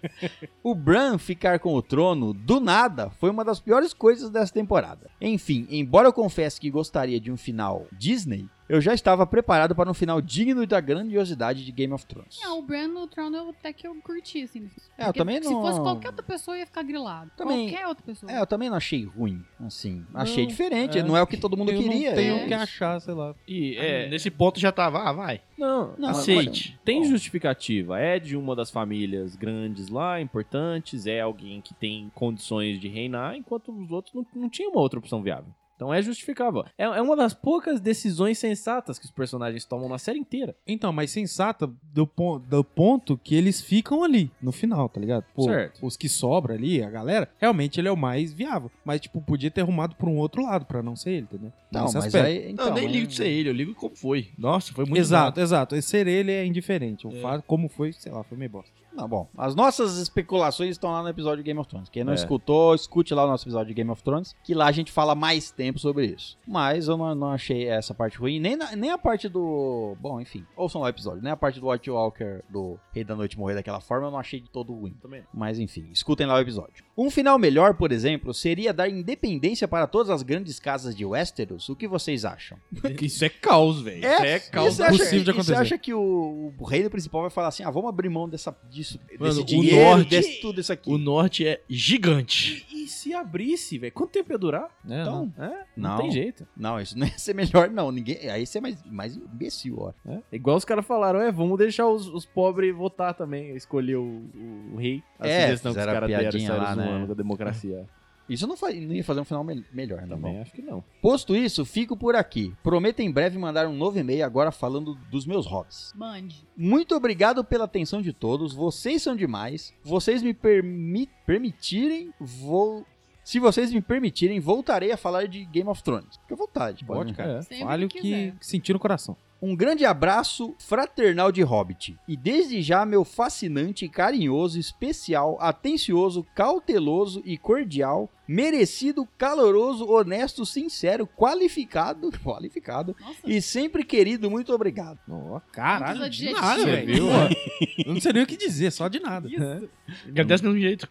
O Bran ficar com o trono, do nada, foi uma das piores coisas dessa temporada. Enfim, embora eu confesse que gostaria de um final Disney, eu já estava preparado para um final digno da grandiosidade de Game of Thrones. Não, o Bran no trono eu até que eu curti, assim. É, eu Porque também Se não- fosse qualquer outra pessoa, ia ficar grilado. Também- Qualquer outra pessoa. É, eu também não achei ruim, assim. Achei Não, diferente, é. não é o que todo mundo eu queria. não tenho é o que isso. achar, sei lá. E é, Nesse ponto já tava, ah, vai. não, Não, Aceite. tem justificativa. É de uma das famílias grandes lá, importantes, é alguém que tem condições de reinar, enquanto os outros não, não tinham uma outra opção viável. Então é justificável. É, é uma das poucas decisões sensatas que os personagens tomam na série inteira. Então, mas sensata do, pon- do ponto que eles ficam ali, no final, tá ligado? Pô, Certo. os que sobram ali, a galera, realmente ele é o mais viável. Mas, tipo, podia ter arrumado pra um outro lado, pra não ser ele, entendeu? Não, Nesse mas aspecto. aí... Então, não, eu nem é- ligo de ser ele, eu ligo como foi. Nossa, foi muito Exato, exato. E ser ele é indiferente. O É. fato, como foi, sei lá, foi meio bosta. Não, bom, as nossas especulações estão lá no episódio de Game of Thrones. Quem não É. escutou, escute lá o nosso episódio de Game of Thrones, que lá a gente fala mais tempo sobre isso. Mas eu não, não achei essa parte ruim, nem, na- nem a parte do... Bom, enfim, ouçam lá o episódio. Nem a parte do White Walker, do Rei da Noite morrer daquela forma, eu não achei de todo ruim. Também. Mas enfim, escutem lá o episódio. Um final melhor, por exemplo, seria dar independência para todas as grandes casas de Westeros. O que vocês acham? Isso é caos, velho. Isso é E caos. você acha, possível de e você acontecer. acha que o, o reino principal vai falar assim, ah, vamos abrir mão dessa, disso, Mano, desse o dinheiro, norte- desse tudo isso aqui? O norte é gigante. E, e se abrisse, velho? Quanto tempo ia durar? É, Então, É, não, Não. tem jeito. não, isso não ia ser melhor, não. Ninguém, aí ia ser mais, mais imbecil, ó. É. Igual os caras falaram, é, vamos deixar os, os pobres votar também, escolher o, o, o rei. A É, sugestão que os fizeram a caras deram, piadinha saíram lá, né? zoando da democracia. Isso não, fa- não ia fazer um final me- melhor, não. Também Bom. acho que não. Posto isso, fico por aqui. Prometo em breve mandar um novo e-mail agora falando dos meus hobbies. Mande. Muito obrigado pela atenção de todos. Vocês são demais. Vocês me permi- permitirem, vou... Se vocês me permitirem, voltarei a falar de Game of Thrones. Fique à vontade, pode. Pode, cara. É. Sempre Fale o que que, quiser. que sentir no coração. Um grande abraço fraternal de Hobbit. E desde já meu fascinante, carinhoso, especial, atencioso, cauteloso e cordial, merecido, caloroso, honesto, sincero, qualificado, qualificado Nossa. e sempre querido, muito obrigado. Ó, caralho, Quantos de adjetivos. nada, Você velho. viu? Pô, eu não sei nem o que dizer, só de nada. Isso. Agradece do mesmo jeito.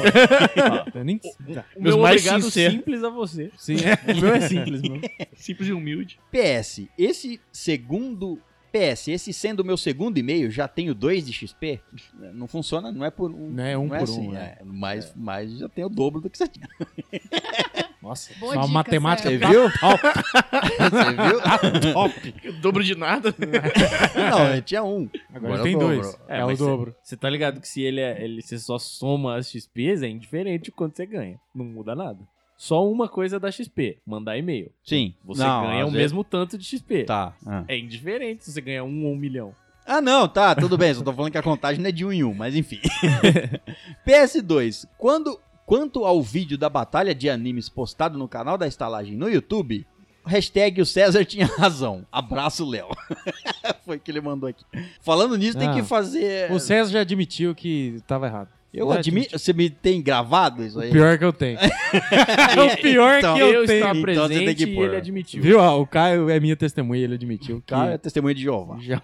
É. Eu nem... Tá. O Meus meu mais obrigado sinceros. simples a você. Sim, é. O meu é simples, mano. Simples e humilde. P S, esse segundo... P S, esse sendo o meu segundo e-mail, já tenho dois de X P? Não funciona, não é por um. Não é um por assim, um, é. Mas, mas já tem o dobro do que você tinha. Nossa, Boa uma dica, matemática Você Sérgio. viu? Você viu? top. Dobro de nada. Não, eu tinha um. Agora, Agora tem é o dois. dobro. É, o mas dobro. Você tá ligado que se ele, é, ele você só soma as X Ps, é indiferente o quanto você ganha. Não muda nada. Só uma coisa da X P, mandar e-mail. Sim. Você Não, ganha às o vezes- mesmo tanto de X P. Tá. Ah. É indiferente se você ganhar um ou um milhão. Ah, não, tá, tudo bem. Só tô falando que a contagem não é de um em um, mas enfim. P S dois. Quando, quanto ao vídeo da batalha de animes postado no canal da Estalagem no YouTube, Hashtag o César tinha razão. Abraço, Léo. Foi o que ele mandou aqui. Falando nisso, tem Ah, que fazer... O César já admitiu que tava errado. Eu Já admito... Você me tem gravado isso O aí? pior que eu tenho. É o pior Então, que eu, Eu tenho. estava Então você presente tem que e pôr. ele admitiu. Viu? Ah, o Caio é minha testemunha, ele admitiu. Que Cara, é testemunho de Jeová. já...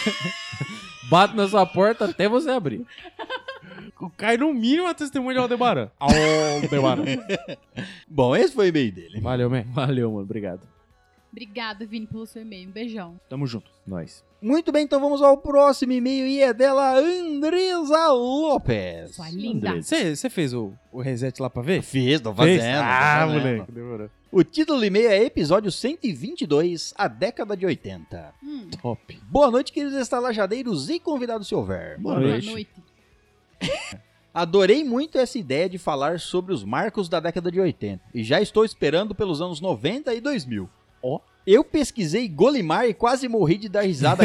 Bato na sua porta até você abrir. O Caio, no mínimo, é testemunha de Aldebaran. Aldebaran. Bom, esse foi o e-mail dele. Valeu, man. Valeu, mano. Obrigado. Obrigada, Vini, pelo seu e-mail. Um beijão. Tamo junto. Nós. Muito bem, então vamos ao próximo e-mail e é dela Andresa Lopes. Sua linda. Andresa. Você fez o, o reset lá pra ver? Fiz, tô fazendo. Fez? tô Ah, fazendo. moleque. Demorou. O título do e-mail é episódio cento e vinte e dois, a década de oitenta. Hum, Top. Boa noite, queridos estalajadeiros e convidados se houver. Boa boa noite. noite. Adorei muito essa ideia de falar sobre os marcos da década de oitenta e já estou esperando pelos anos noventa e dois mil. Ó. Eu pesquisei Golimar e quase morri de dar risada.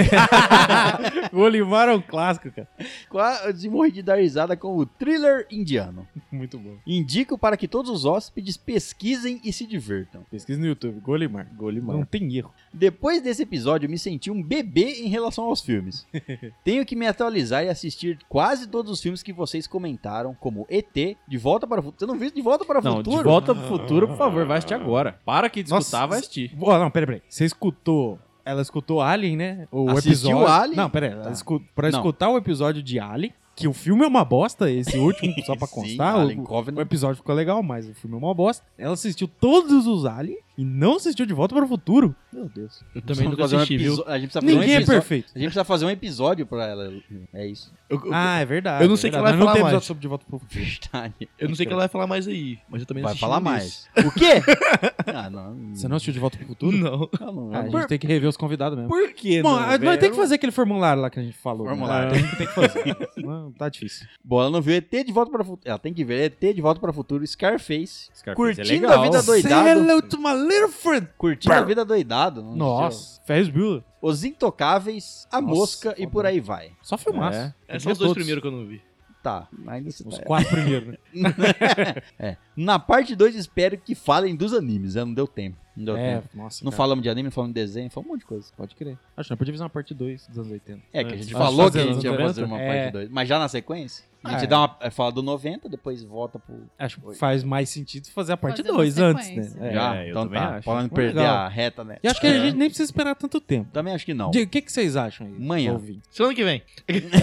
O Olimar é um clássico, cara. Quase morri de dar risada com o thriller indiano. Muito bom. Indico para que todos os hóspedes pesquisem e se divirtam. Pesquisa no YouTube. Golimar. Golimar. Não tem erro. Depois desse episódio, eu me senti um bebê em relação aos filmes. Tenho que me atualizar e assistir quase todos os filmes que vocês comentaram, como E T, De Volta para o Futuro. Você não viu De Volta para o Não, Futuro? de volta pro futuro, por favor, vai assistir agora. Para que de Nossa, escutar, vai assistir. Ó, não, pera, pera. Você escutou... Ela escutou Alien, né? O Assistiu episódio... Alien? Não, pera aí. Ela Tá. escu... Pra Não. escutar o episódio de Alien, que o filme é uma bosta, esse último, só pra Sim, constar. Alien o, Covenant. o episódio ficou legal, mas o filme é uma bosta. Ela assistiu todos os Alien e não assistiu De Volta para o Futuro. Meu Deus. Eu também Vamos nunca fazer um assisti, viu? episo- A gente precisa fazer um Ninguém é episódio. perfeito. A gente precisa fazer um episódio pra ela. É isso. Eu, eu- Ah, é verdade. Eu não sei é o que verdade. ela vai Mas não tem falar episódio mais. sobre De Volta para o Futuro. Verdade. eu não sei o que ela vai falar mais aí, mas eu também não Vai assisti falar nenhum mais. O quê? Ah, não. Você não assistiu De Volta para o desses. Futuro? Não. Eu não- Ah, a Por- gente tem que rever os convidados mesmo. Por que Bom, não, nós velho? tem que fazer aquele formulário lá que a gente falou. Formulário. Né? Tem, tem que fazer. Não, tá difícil. Bom, ela não viu E T de Volta para o Futuro. Ela tem que ver E T de Volta para o Futuro, Scarface. Scarface é Curtindo legal. a vida Say doidado. hello to my little friend. Curtindo a vida doidado. não Nossa, Ferris Bueller. sei. Os Intocáveis, A Nossa, Mosca e foda. por aí vai. Só filmaço. É. É só os dois primeiros que eu não vi. Tá, ainda se Os tá. quatro primeiros, né? É. Na parte dois, espero que falem dos animes. Já não deu tempo. Não deu É, tempo. nossa. Não cara, falamos de anime, não falamos de desenho, falamos um monte de coisa. Pode crer. Acho que nós podíamos fazer uma parte dois dos anos oitenta. É, que a gente Vamos falou fazer que a nos gente ia anos fazer uma oitenta? parte É. dois. Mas já na sequência? A gente Ah, é. dá uma, é, fala do noventa, depois volta pro... Acho que faz mais sentido fazer a parte Fazer uma dois antes, sequência. né? É. Já? eu Então também tá. acho. Pra não Muito perder legal. a reta, né? E acho que a gente nem precisa esperar tanto tempo. Também acho que não. De- O que, que vocês acham aí? Amanhã. ouvintes? Semana que vem.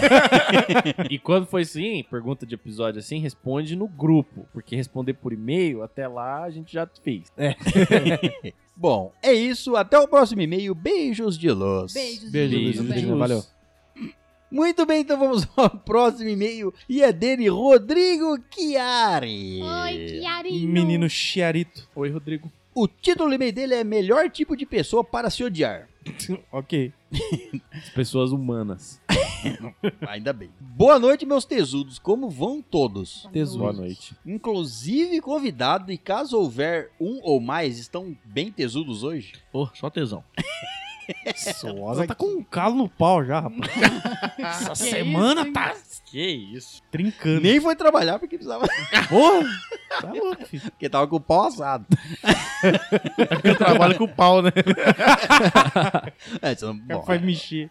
E quando foi assim, pergunta de episódio assim, responde no grupo. Porque responder por e-mail, até lá a gente já fez. Bom, é isso. Até o próximo e-mail. Beijos de luz. Beijos. Beijo, Luiz. Luiz. Tudo bem? Luiz. Valeu. Muito bem, então vamos ao próximo e-mail. E é dele, Rodrigo Chiari. Oi, Chiarinho. Menino Chiarito. Oi, Rodrigo. O título do e-mail dele é Melhor Tipo de Pessoa para Se Odiar. Ok. As pessoas humanas. Ainda bem. Boa noite, meus tesudos. Como vão todos? Tesouro. Boa noite. Inclusive convidado, e caso houver um ou mais, estão bem tesudos hoje? Pô, só tesão. Nossa, tá com um calo no pau já, rapaz. Essa Que semana isso, hein? tá Que isso. trincando. Nem foi trabalhar porque precisava. Porra! Tá louco, filho. Porque tava com o pau assado. Eu trabalho com pau, né? É, isso não- O cara bom, faz é. mexer.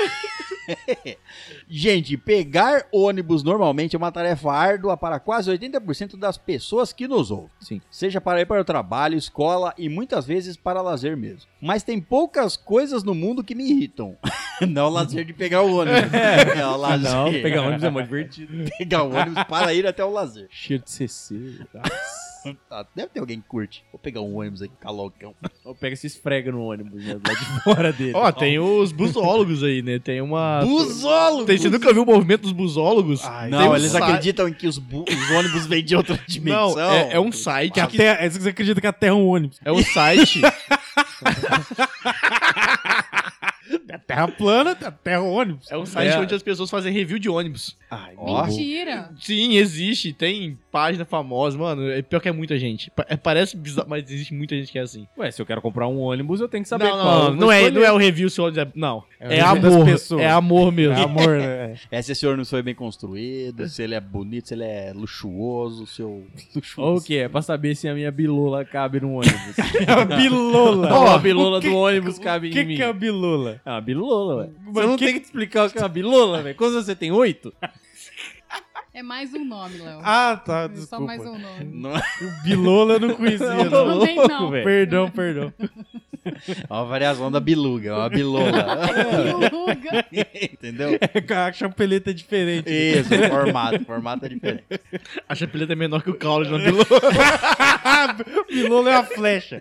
Gente, pegar ônibus normalmente é uma tarefa árdua para quase oitenta por cento das pessoas que nos ouvem. Sim. Seja para ir para o trabalho, escola e muitas vezes para lazer mesmo. Mas tem poucas coisas no mundo que me irritam. Não é o lazer de pegar o ônibus. É o lazer. Não, pegar ônibus é muito divertido. Pegar o ônibus para ir até o lazer. Cheiro de C C. Tá, deve ter alguém que curte. Vou pegar um ônibus aqui, calocão. Ou pega e se esfrega no ônibus, né? Lá de fora dele. Ó, tem os busólogos aí, né? Tem uma... Busólogo! Tem, você nunca viu o movimento dos busólogos? Ai, Não, Tem um eles site- acreditam que os, bu- os ônibus vêm de outra dimensão. Não, é, é um site Que a que... terra, é isso que você acredita que a Terra é um ônibus. É um site... Terra plana, terra ônibus. É um site É. onde as pessoas fazem review de ônibus. Ai, Ó. Mentira! Sim, existe. Tem página famosa, mano. É pior que é muita gente. Pa- é- parece bizarro, mas existe muita gente que é assim. Ué, se eu quero comprar um ônibus, eu tenho que saber Não, qual. não, eu não, vou não, é, escolher. não é o review se o ônibus é. Não. É o É, review das amor. pessoas. É amor mesmo. É amor, né? É se esse ônibus foi bem construído, se ele é bonito, se ele é luxuoso, se eu... Ou o que? É pra saber se a minha bilola cabe no ônibus. É a bilola. Ó, a bilola O que- do ônibus cabe O em que, mim. que é a bilola? É uma bilola, ué. Mas Você não que- tem que te explicar o que é uma bilola, velho. Quando você tem oito? É mais um nome, Léo. Ah, tá, É desculpa. só mais um nome. Não... O bilola eu não conhecia. Não, não. Não tem, não. velho. Perdão, perdão. É uma variação da biluga, é uma bilola. Biluga. Entendeu? A chapeleta é diferente. Isso, o formato, o formato é diferente. A chapeleta é menor que o caule de uma bilola. Bilola é uma flecha.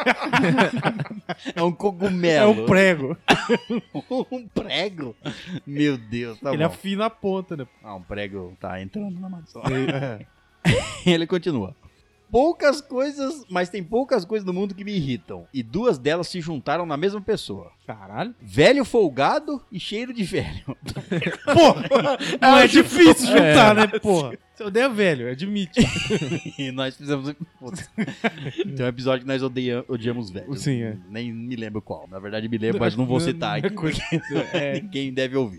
É um É cogumelo. um prego. um prego? Meu Deus, tá Ele bom. afina a ponta, né? Ah, um prego tá entrando na maçã. É. Ele continua. Poucas coisas, mas tem poucas coisas no mundo que me irritam. E duas delas se juntaram na mesma pessoa. Caralho. Velho folgado e cheiro de velho. Porra! Não é difícil juntar, né, porra? Você odeia velho, admite. E nós fizemos. Putz. Tem um episódio que nós odeia- odiamos velhos. Sim, é. Nem me lembro qual. Na verdade, me lembro, mas não vou citar aqui. Porque ninguém deve ouvir.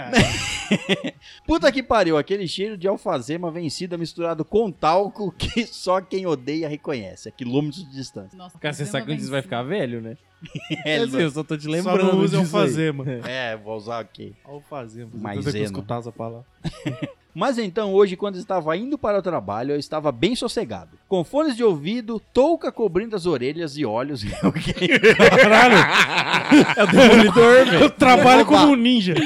Puta que pariu, aquele cheiro de alfazema vencida misturado com talco que só quem odeia reconhece, a quilômetros de distância. Nossa, Cara, você fazendo sabe que você vai ficar velho, né? É, assim, eu só tô te Só lembrando não usa disso aí. alfazema. é vou usar aqui. Alfazema. Maisena. Eu escutar essa palavra. Mas então, hoje, quando estava indo para o trabalho, eu estava bem sossegado. Com fones de ouvido, touca cobrindo as orelhas e olhos. Caralho! É o demolidor, velho. Eu trabalho Roubar. como um ninja.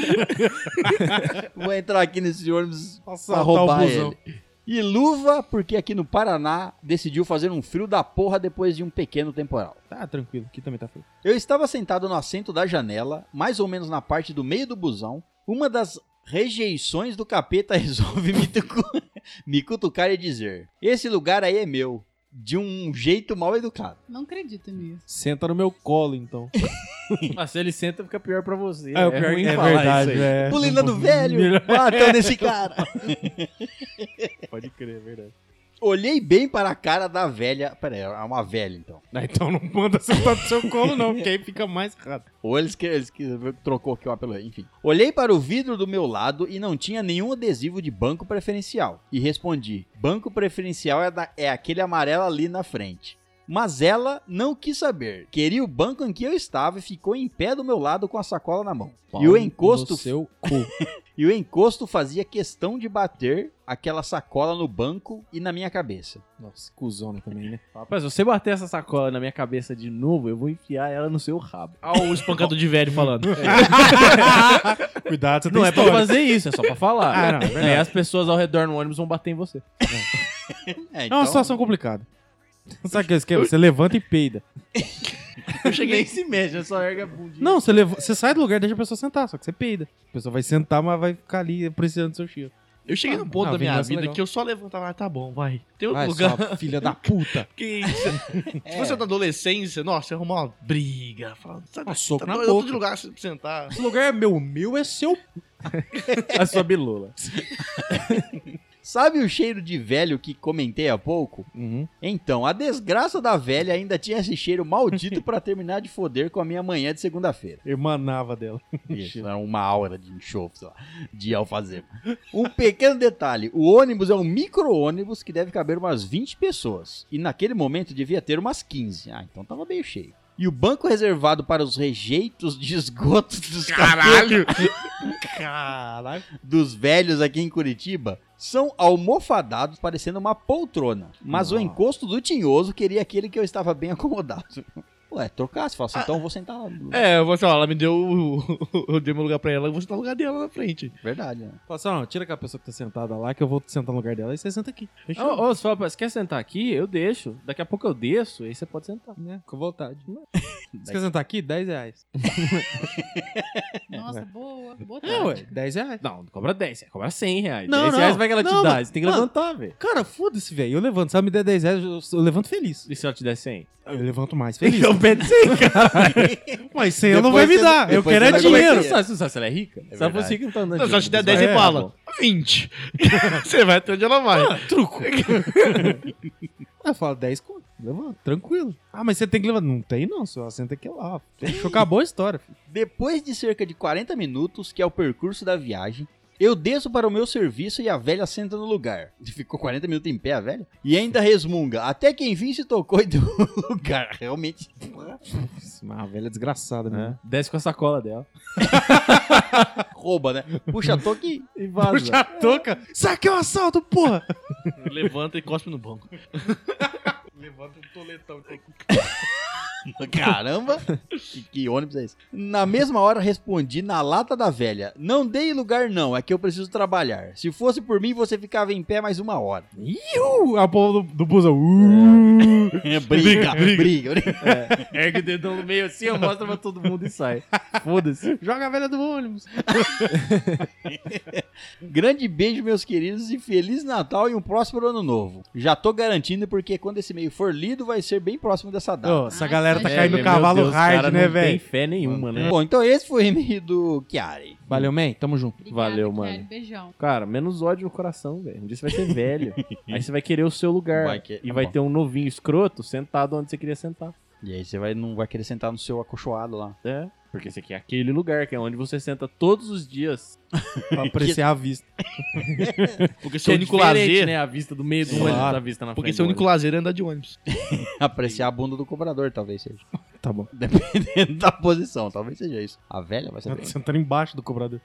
Vou entrar aqui nesse ônibus pra Assaltar roubar o busão. ele. E luva, porque aqui no Paraná decidiu fazer um frio da porra depois de um pequeno temporal. Tá, tranquilo. Aqui também tá frio. Eu estava sentado no assento da janela, mais ou menos na parte do meio do busão. Uma das rejeições do capeta resolve me, tucu- me cutucar e dizer: esse lugar aí é meu. De um jeito mal educado. Não acredito nisso. Senta no meu colo, então. Ah, se ele senta, fica pior pra você. É, o pior ruim é falar verdade, isso aí. é. Pulina do velho, bateu nesse cara. Pode crer, é verdade. Olhei bem para a cara da velha. Pera aí, é uma velha então. Ah, então não manda sentar no seu colo, não, porque aí fica mais errado. Ou eles que, eles que trocou aqui o apelo, enfim. Olhei para o vidro do meu lado e não tinha nenhum adesivo de banco preferencial. E respondi: banco preferencial é, da, é aquele amarelo ali na frente. Mas ela não quis saber. Queria o banco em que eu estava e ficou em pé do meu lado com a sacola na mão. E o encosto No seu cu. e o encosto fazia questão de bater aquela sacola no banco e na minha cabeça. Nossa, cuzona também, né? Rapaz, se você bater essa sacola na minha cabeça de novo, eu vou enfiar ela no seu rabo. Olha o espancador de velho falando. Cuidado, você Não tem é pra história. fazer isso, é só pra falar. Ah, não, é verdade. Aí as pessoas ao redor no ônibus vão bater em você. É, É uma situação complicada. Sabe o que é o esquema? Você levanta e peida. Eu cheguei. Nem se mexe, é só erga a bundinha. Não, você, leva... você sai do lugar e deixa a pessoa sentar, só que você peida. A pessoa vai sentar, mas vai ficar ali apreciando seu cheiro. Eu cheguei num ponto Ah, da minha vingança vida legal. que eu só levantava, ah, tá bom, vai. Tem outro Vai, lugar sua filha da puta. que. Se você é da adolescência, nossa, você arrumar uma briga. Fala, sabe, Um soco tá na doido, boca. outro lugar pra você sentar. Esse lugar é meu, o meu é seu. A sua bilola. Sabe o cheiro de velho que comentei há pouco? Uhum. Então, a desgraça da velha ainda tinha esse cheiro maldito pra terminar de foder com a minha manhã de segunda-feira. Emanava dela. Isso, era uma aura de enxofre, sei lá, de alfazema. Um pequeno detalhe, o ônibus é um micro-ônibus que deve caber umas vinte pessoas. E naquele momento devia ter umas quinze. Ah, então tava meio cheio. E o banco reservado para os rejeitos de esgoto dos Caralho! Caralho. dos velhos aqui em Curitiba são almofadados parecendo uma poltrona. Mas o Nossa. encosto do tinhoso queria aquele que eu estava bem acomodado. Ué, trocasse, fala assim, então eu vou sentar lá. É, eu vou falar, ela me deu. o- Eu dei meu lugar pra ela, eu vou sentar no lugar dela na frente. Verdade, né? Fala assim, não, tira aquela pessoa que tá sentada lá que eu vou sentar no lugar dela e você senta aqui. Fechou? Ô, ô, você fala, "Pô, você quer sentar aqui? Eu deixo. Daqui a pouco eu desço, aí você pode sentar. né? Com vontade. Você quer sentar aqui? dez reais. Nossa, boa. Boa É, tarde. ué, dez reais. Não, não cobra dez, você cobra cem reais. Não, dez não. reais vai que ela te Não, dá. mas- Você tem que mano, levantar, velho. Cara, foda-se, velho. Eu levanto. Se ela me der dez reais, eu, eu levanto feliz. E se ela te der cem? Eu levanto mais feliz. Eu pedi sim, cara. Mas cem eu não vai me Depois dar. você- Eu depois quero é você vai dinheiro. ver. Você sabe se ela é rica? Se ela fosse rica, não tá andando Não, de só te der ônibus, dez, vai. você É, fala. vinte. Você vai até onde ela vai. Truco. Eu falo dez conto. Levanta, tranquilo. Ah, mas você tem que levantar. Não tem não, seu assento aqui lá. Fechou, acabou a história, filho. Depois de cerca de quarenta minutos, que é o percurso da viagem, eu desço para o meu serviço e a velha senta no lugar. Ficou quarenta minutos em pé, a velha? E ainda resmunga. Até que enfim se tocou e deu um lugar. Realmente. Uma velha desgraçada, né? É. Desce com a sacola dela. Rouba, né? Puxa a toque E vaza. Puxa a touca. Isso aqui é um assalto, porra. Levanta e cospe no banco. Levanta um toletão. e... Caramba! Que, que ônibus é esse? Na mesma hora respondi na lata da velha. Não dei lugar não, é que eu preciso trabalhar. Se fosse por mim, você ficava em pé mais uma hora. Iu, a povo do, do busão. Uh. briga, briga, briga. Ergue o dedão no meio assim, mostra pra todo mundo e sai. Foda-se. Joga a velha do ônibus. Grande beijo, meus queridos, e Feliz Natal e um próspero ano novo. Já tô garantindo porque quando esse e-mail for lido, vai ser bem próximo dessa data. Ô, essa galera tá É, caindo no meu cavalo Deus, hard, cara, né, não tem velho? fé nenhuma, né? Bom, então esse foi o e-mail do Chiari. Valeu, man. Tamo junto. Obrigada, Valeu, Kelly. mano. Beijão. Cara, menos ódio no coração, velho. Um dia você vai ser velho. Aí você vai querer o seu lugar. Vai que- E tá vai bom. ter um novinho escroto sentado onde você queria sentar. E aí você vai, não vai querer sentar no seu acolchoado lá. É. Porque você quer aquele lugar, que é onde você senta todos os dias. Pra apreciar a vista. Porque Que seu é único diferente, lazer. né? A vista do meio do Claro. ônibus, a vista na Porque frente seu do único ônibus. lazer é andar de ônibus. Apreciar a bunda do cobrador, talvez seja. Tá bom. Dependendo da posição, talvez seja isso. A velha vai saber. Sentando embaixo do cobrador.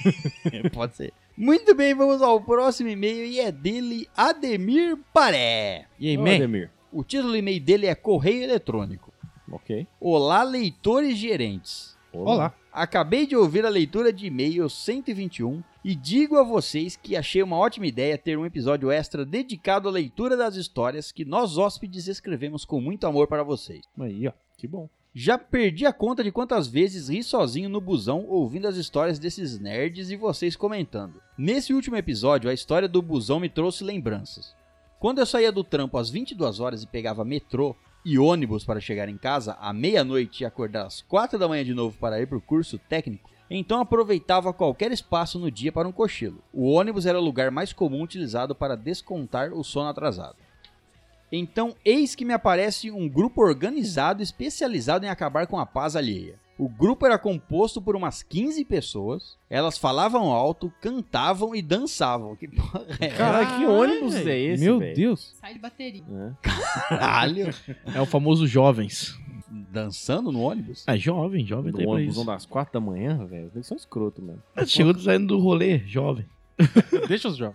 Pode ser. Muito bem, vamos ao próximo e-mail e é dele, Ademir Paré. E aí, Ô, man? Ademir. O título do e-mail dele é Correio Eletrônico. Ok. Olá, leitores gerentes. Olá. Acabei de ouvir a leitura de e-mail cento e vinte e um e digo a vocês que achei uma ótima ideia ter um episódio extra dedicado à leitura das histórias que nós hóspedes escrevemos com muito amor para vocês. Aí, ó. Que bom. Já perdi a conta de quantas vezes ri sozinho no busão ouvindo as histórias desses nerds e vocês comentando. Nesse último episódio, a história do busão me trouxe lembranças. Quando eu saía do trampo às vinte e duas horas e pegava metrô e ônibus para chegar em casa à meia-noite e acordar às quatro da manhã de novo para ir para o curso técnico, então aproveitava qualquer espaço no dia para um cochilo. O ônibus era o lugar mais comum utilizado para descontar o sono atrasado. Então, eis que me aparece um grupo organizado especializado em acabar com a paz alheia. O grupo era composto por umas quinze pessoas, elas falavam alto, cantavam e dançavam. Que porra é essa? Cara, que ônibus é esse, Meu velho? Deus. Sai de bateria. É. Caralho! É o famoso jovens. Dançando no ônibus? Ah, jovem, jovem. tem Do pra ônibus isso. das quatro da manhã, velho. Eles são escroto, mano. Ah, Chegou saindo do rolê, jovem. Deixa os jogos.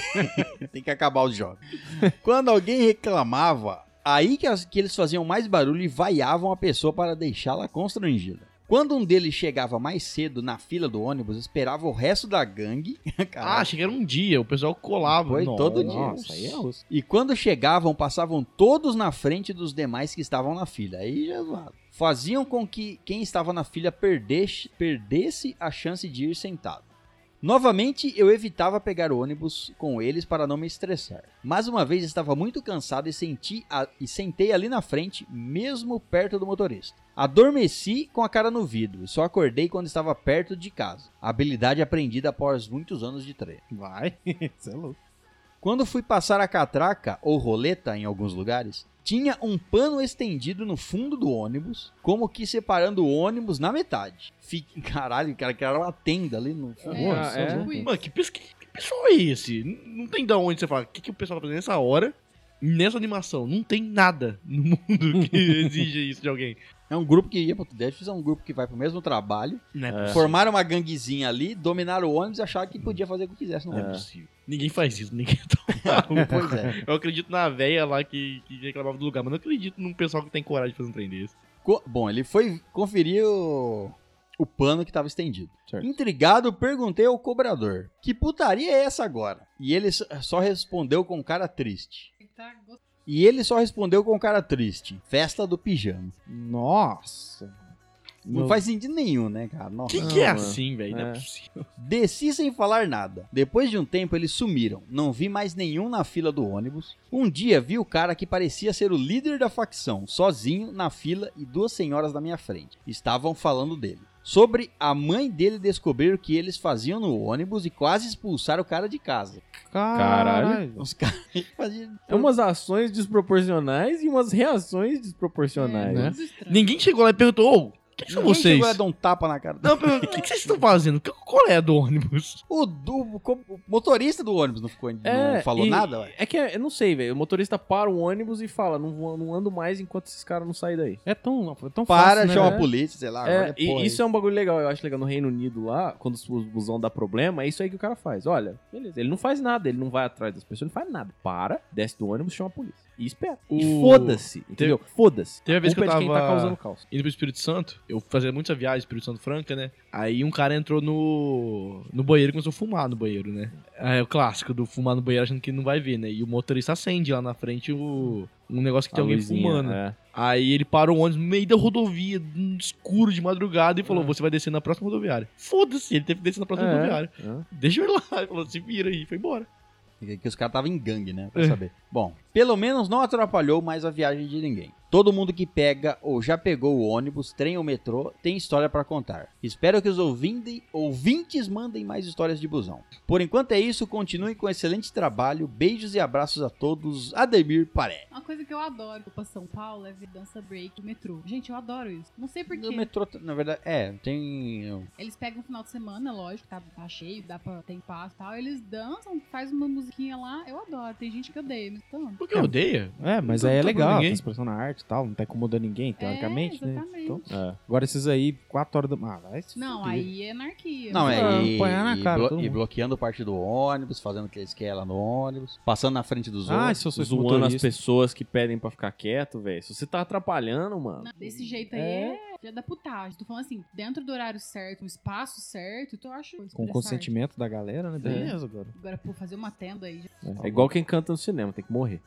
Tem que acabar os jogos. Quando alguém reclamava, aí que, as- que eles faziam mais barulho e vaiavam a pessoa para deixá-la constrangida. Quando um deles chegava mais cedo na fila do ônibus, esperava o resto da gangue. Ah, Caralho. achei que era um dia, o pessoal colava. Foi Nossa. todo dia. Nossa, aí é osso. E quando chegavam, passavam todos na frente dos demais que estavam na fila. Aí já é zoado. Faziam com que quem estava na fila perdesse, perdesse a chance de ir sentado. Novamente, eu evitava pegar ônibus com eles para não me estressar. Mas uma vez estava muito cansado e, senti a- e sentei ali na frente, mesmo perto do motorista. Adormeci com a cara no vidro e só acordei quando estava perto de casa. Habilidade aprendida após muitos anos de treino. Vai. Você é louco. Quando fui passar a catraca, ou roleta em alguns lugares, tinha um pano estendido no fundo do ônibus, como que separando o ônibus na metade. Fique... Caralho, o cara criaram uma tenda ali no fundo. É, Nossa, é. tipo isso. Mano, que, pesqui... que pessoal é esse? N- Não tem da onde você fala. O que, que o pessoal tá fazendo nessa hora, nessa animação? Não tem nada no mundo que exige isso de alguém. É um grupo que ia pro Tudete, é um grupo que vai pro mesmo trabalho, Não é, É. possível. formaram uma ganguezinha ali, dominaram o ônibus e acharam que podia fazer o que quisesse no Não é ônibus. possível. Ninguém faz isso, ninguém tá Pois é. Eu acredito na véia lá que, que reclamava do lugar, mas não acredito num pessoal que tem coragem de fazer um trem desse. Co- Bom, ele foi conferir o, o pano que estava estendido. Certo. Intrigado, perguntei ao cobrador, que putaria é essa agora? E ele s- só respondeu com cara triste. Ele tá gost- E ele só respondeu com cara triste. Festa do pijama. Nossa. Não Meu- faz sentido nenhum, né, cara? Nossa. Quem Não, que é mano. assim, velho? Não é É. possível. Desci sem falar nada. Depois de um tempo, eles sumiram. Não vi mais nenhum na fila do ônibus. Um dia vi o cara que parecia ser o líder da facção, sozinho na fila e duas senhoras na minha frente. Estavam falando dele. Sobre a mãe dele descobrir o que eles faziam no ônibus e quase expulsar o cara de casa. Caralho. Os caras faziam... É umas ações desproporcionais e umas reações desproporcionais. né? Tudo estranho. Ninguém chegou lá e perguntou, ô, o que, que são Ninguém vocês? chegou a dar um tapa na cara. Não, perguntou, o que, que vocês estão fazendo? Que- Qual é a do ônibus? O, do- co- o motorista do ônibus não, ficou, não falou e- nada, ué. É que, eu não sei, velho. O motorista para o ônibus e fala, não, vou- não ando mais enquanto esses caras não saírem daí. É tão, é tão Para, fácil, né? chama É. a polícia, sei lá. É, olha, e porra isso é um bagulho legal, eu acho legal no Reino Unido lá, quando os os busão dá problema, é isso aí que o cara faz. Olha, beleza, ele não faz nada, ele não vai atrás das pessoas, ele não faz nada. Para, desce do ônibus, chama a polícia. E espera. E O- foda-se, entendeu? Foda-se. Teve uma vez que Culpa eu é de quem tá tava- causando caos. Indo pro Espírito Santo, eu fazia muita viagem, Espírito Santo Franca, né? Aí um cara entrou no, no banheiro e começou a fumar no banheiro, né? É o clássico do fumar no banheiro achando que não vai ver, né? E o motorista acende lá na frente o, um negócio que tem A alguém luzinha, fumando. é. Aí ele parou o ônibus no meio da rodovia, no escuro de madrugada, e falou: É. você vai descer na próxima rodoviária. Foda-se, ele teve que descer na próxima É, rodoviária. é. Deixa eu ir lá. Ele falou: se vira aí, foi embora. Que os caras estavam em gangue, né? Pra É. saber. Bom, pelo menos não atrapalhou mais a viagem de ninguém. Todo mundo que pega ou já pegou o ônibus, trem ou metrô tem história pra contar. Espero que os ouvinte- ouvintes mandem mais histórias de busão. Por enquanto é isso, continue com excelente trabalho. Beijos e abraços a todos. Ademir Paré. Uma coisa que eu adoro pra São Paulo é ver dança break no metrô. Gente, eu adoro isso. Não sei No porquê. metrô, na verdade, é, tem... Eles pegam no final de semana, lógico, tá, tá cheio, dá pra ter passo e tal. Eles dançam, faz uma musiquinha lá. Eu adoro. Tem gente que odeia, mas então. Por que odeia? É, mas Não aí é tá legal, falando tá ninguém. expressando a arte e tal, não tá incomodando ninguém, teoricamente, né? exatamente. Então, É. agora esses aí, quatro horas da... Ah, vai se Não, fuder. aí é anarquia. Não, é, Ah, e, apanhar na e cara, blo- todo e mundo. bloqueando parte do ônibus, fazendo o que eles querem lá no ônibus, passando na frente dos Ah, outros. se eu sou esse Zoando as motorista. pessoas que pedem pra ficar quieto, velho. Se você tá atrapalhando, mano. Não, desse jeito aí é, já dá putagem. Tô falando assim, dentro do horário certo, no espaço certo, então eu acho. Com o expressar consentimento da galera, né? Beleza, agora. arte. Agora, por fazer uma tenda aí. já- É igual quem canta no cinema, tem que morrer.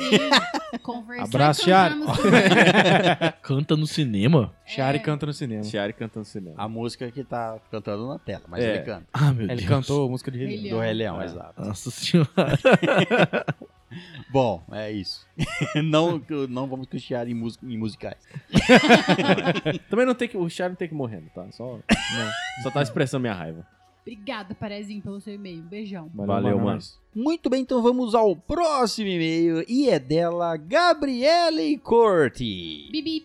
Sim, conversar Abraço, e cantar Thiago. no cinema. Canta no cinema? Shari É. canta no cinema. Chiari canta no cinema. A música que tá cantando na tela, mas É. ele canta. Ah, meu Ele Deus. cantou música de Rei Rei Leão. Leão. Do Rei Leão, É. exato. Nossa senhora. Bom, é isso. não, não vamos custear em, mus- em musicais. Também não tem que. O Chiari não tem que morrer, tá? Só, não, só tá expressando minha raiva. Obrigada, Parezinho, pelo seu e-mail. Beijão. Valeu, mano. Muito bem, então vamos ao próximo e-mail. E é dela, Gabriele Corti. Bibi.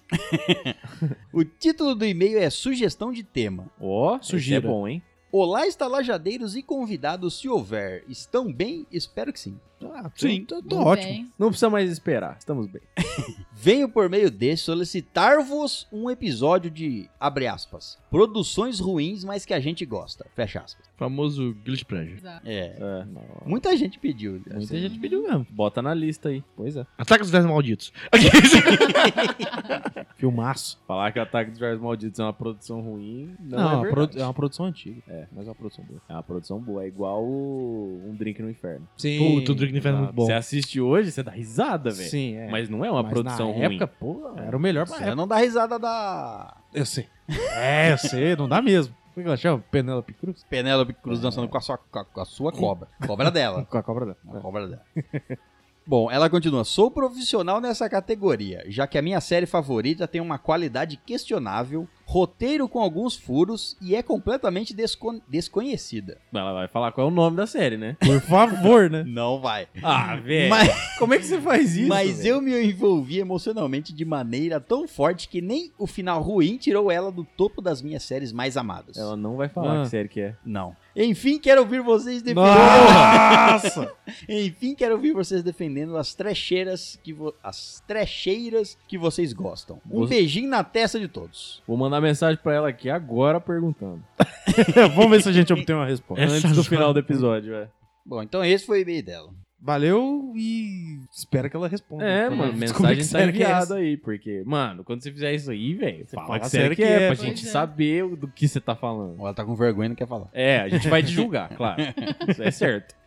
O título do e-mail é Sugestão de Tema. Ó, Sugira. sugira. É bom, hein? Olá, estalajadeiros e convidados, se houver. Estão bem? Espero que sim. Ah, Sim. tô, tô Tudo ótimo. bem. Não precisa mais esperar, estamos bem. Venho por meio deste solicitar-vos um episódio de, abre aspas, produções ruins, mas que a gente gosta, fecha aspas. Famoso Guilty Pleasure. Exato. É, É, muita gente pediu. Muita assim. gente pediu mesmo. bota na lista aí. Pois é. Ataque dos Dez Malditos. Filmaço. Falar que Ataque dos Jardins Malditos é uma produção ruim, não, Não, é é, uma verdade. produ- é uma produção antiga. É, mas é uma produção boa. É uma produção boa, é igual o- Um Drink no Inferno. Sim. Puta, o Drink no Inferno é muito bom. Você assiste hoje, você dá risada, velho. Sim, é. Mas não é uma Mas produção na ruim. época, pô, era o melhor pra Você época. não dá risada da Eu sei. É, eu sei, não dá mesmo. Como é que ela chama? Penélope Cruz? Penélope Cruz dançando com a sua, com a, com a sua cobra. Cobra dela. Com a cobra dela. A cobra dela. Bom, ela continua. Sou profissional nessa categoria, já que a minha série favorita tem uma qualidade questionável, roteiro com alguns furos e é completamente descon- desconhecida. Ela vai falar qual é o nome da série, né? Por favor, né? Não vai. Ah, velho. Mas, Como é que você faz isso? mas velho? eu me envolvi emocionalmente de maneira tão forte que nem o final ruim tirou ela do topo das minhas séries mais amadas. Ela não vai falar Ah. que série que é. Não. Enfim, quero ouvir vocês defendendo. Nossa! Enfim, quero ouvir vocês defendendo as trecheiras que vo... as trecheiras que vocês gostam. Um Você- beijinho na testa de todos. Vou mandar mensagem pra ela aqui agora perguntando. Vamos ver se a gente obtém uma resposta. Essa Antes do zona. final do episódio, é. Bom, então esse foi o e-mail dela. Valeu e espero que ela responda. É, Pra mano, descobrir mensagem que tá série que é enviada essa. aí, porque, mano, quando você fizer isso aí, velho, fala, fala que a série série que que é, é, pra pois gente é. saber o- do que você tá falando. Ou ela tá com vergonha e não quer falar. É, a gente vai te julgar, claro. Isso é certo.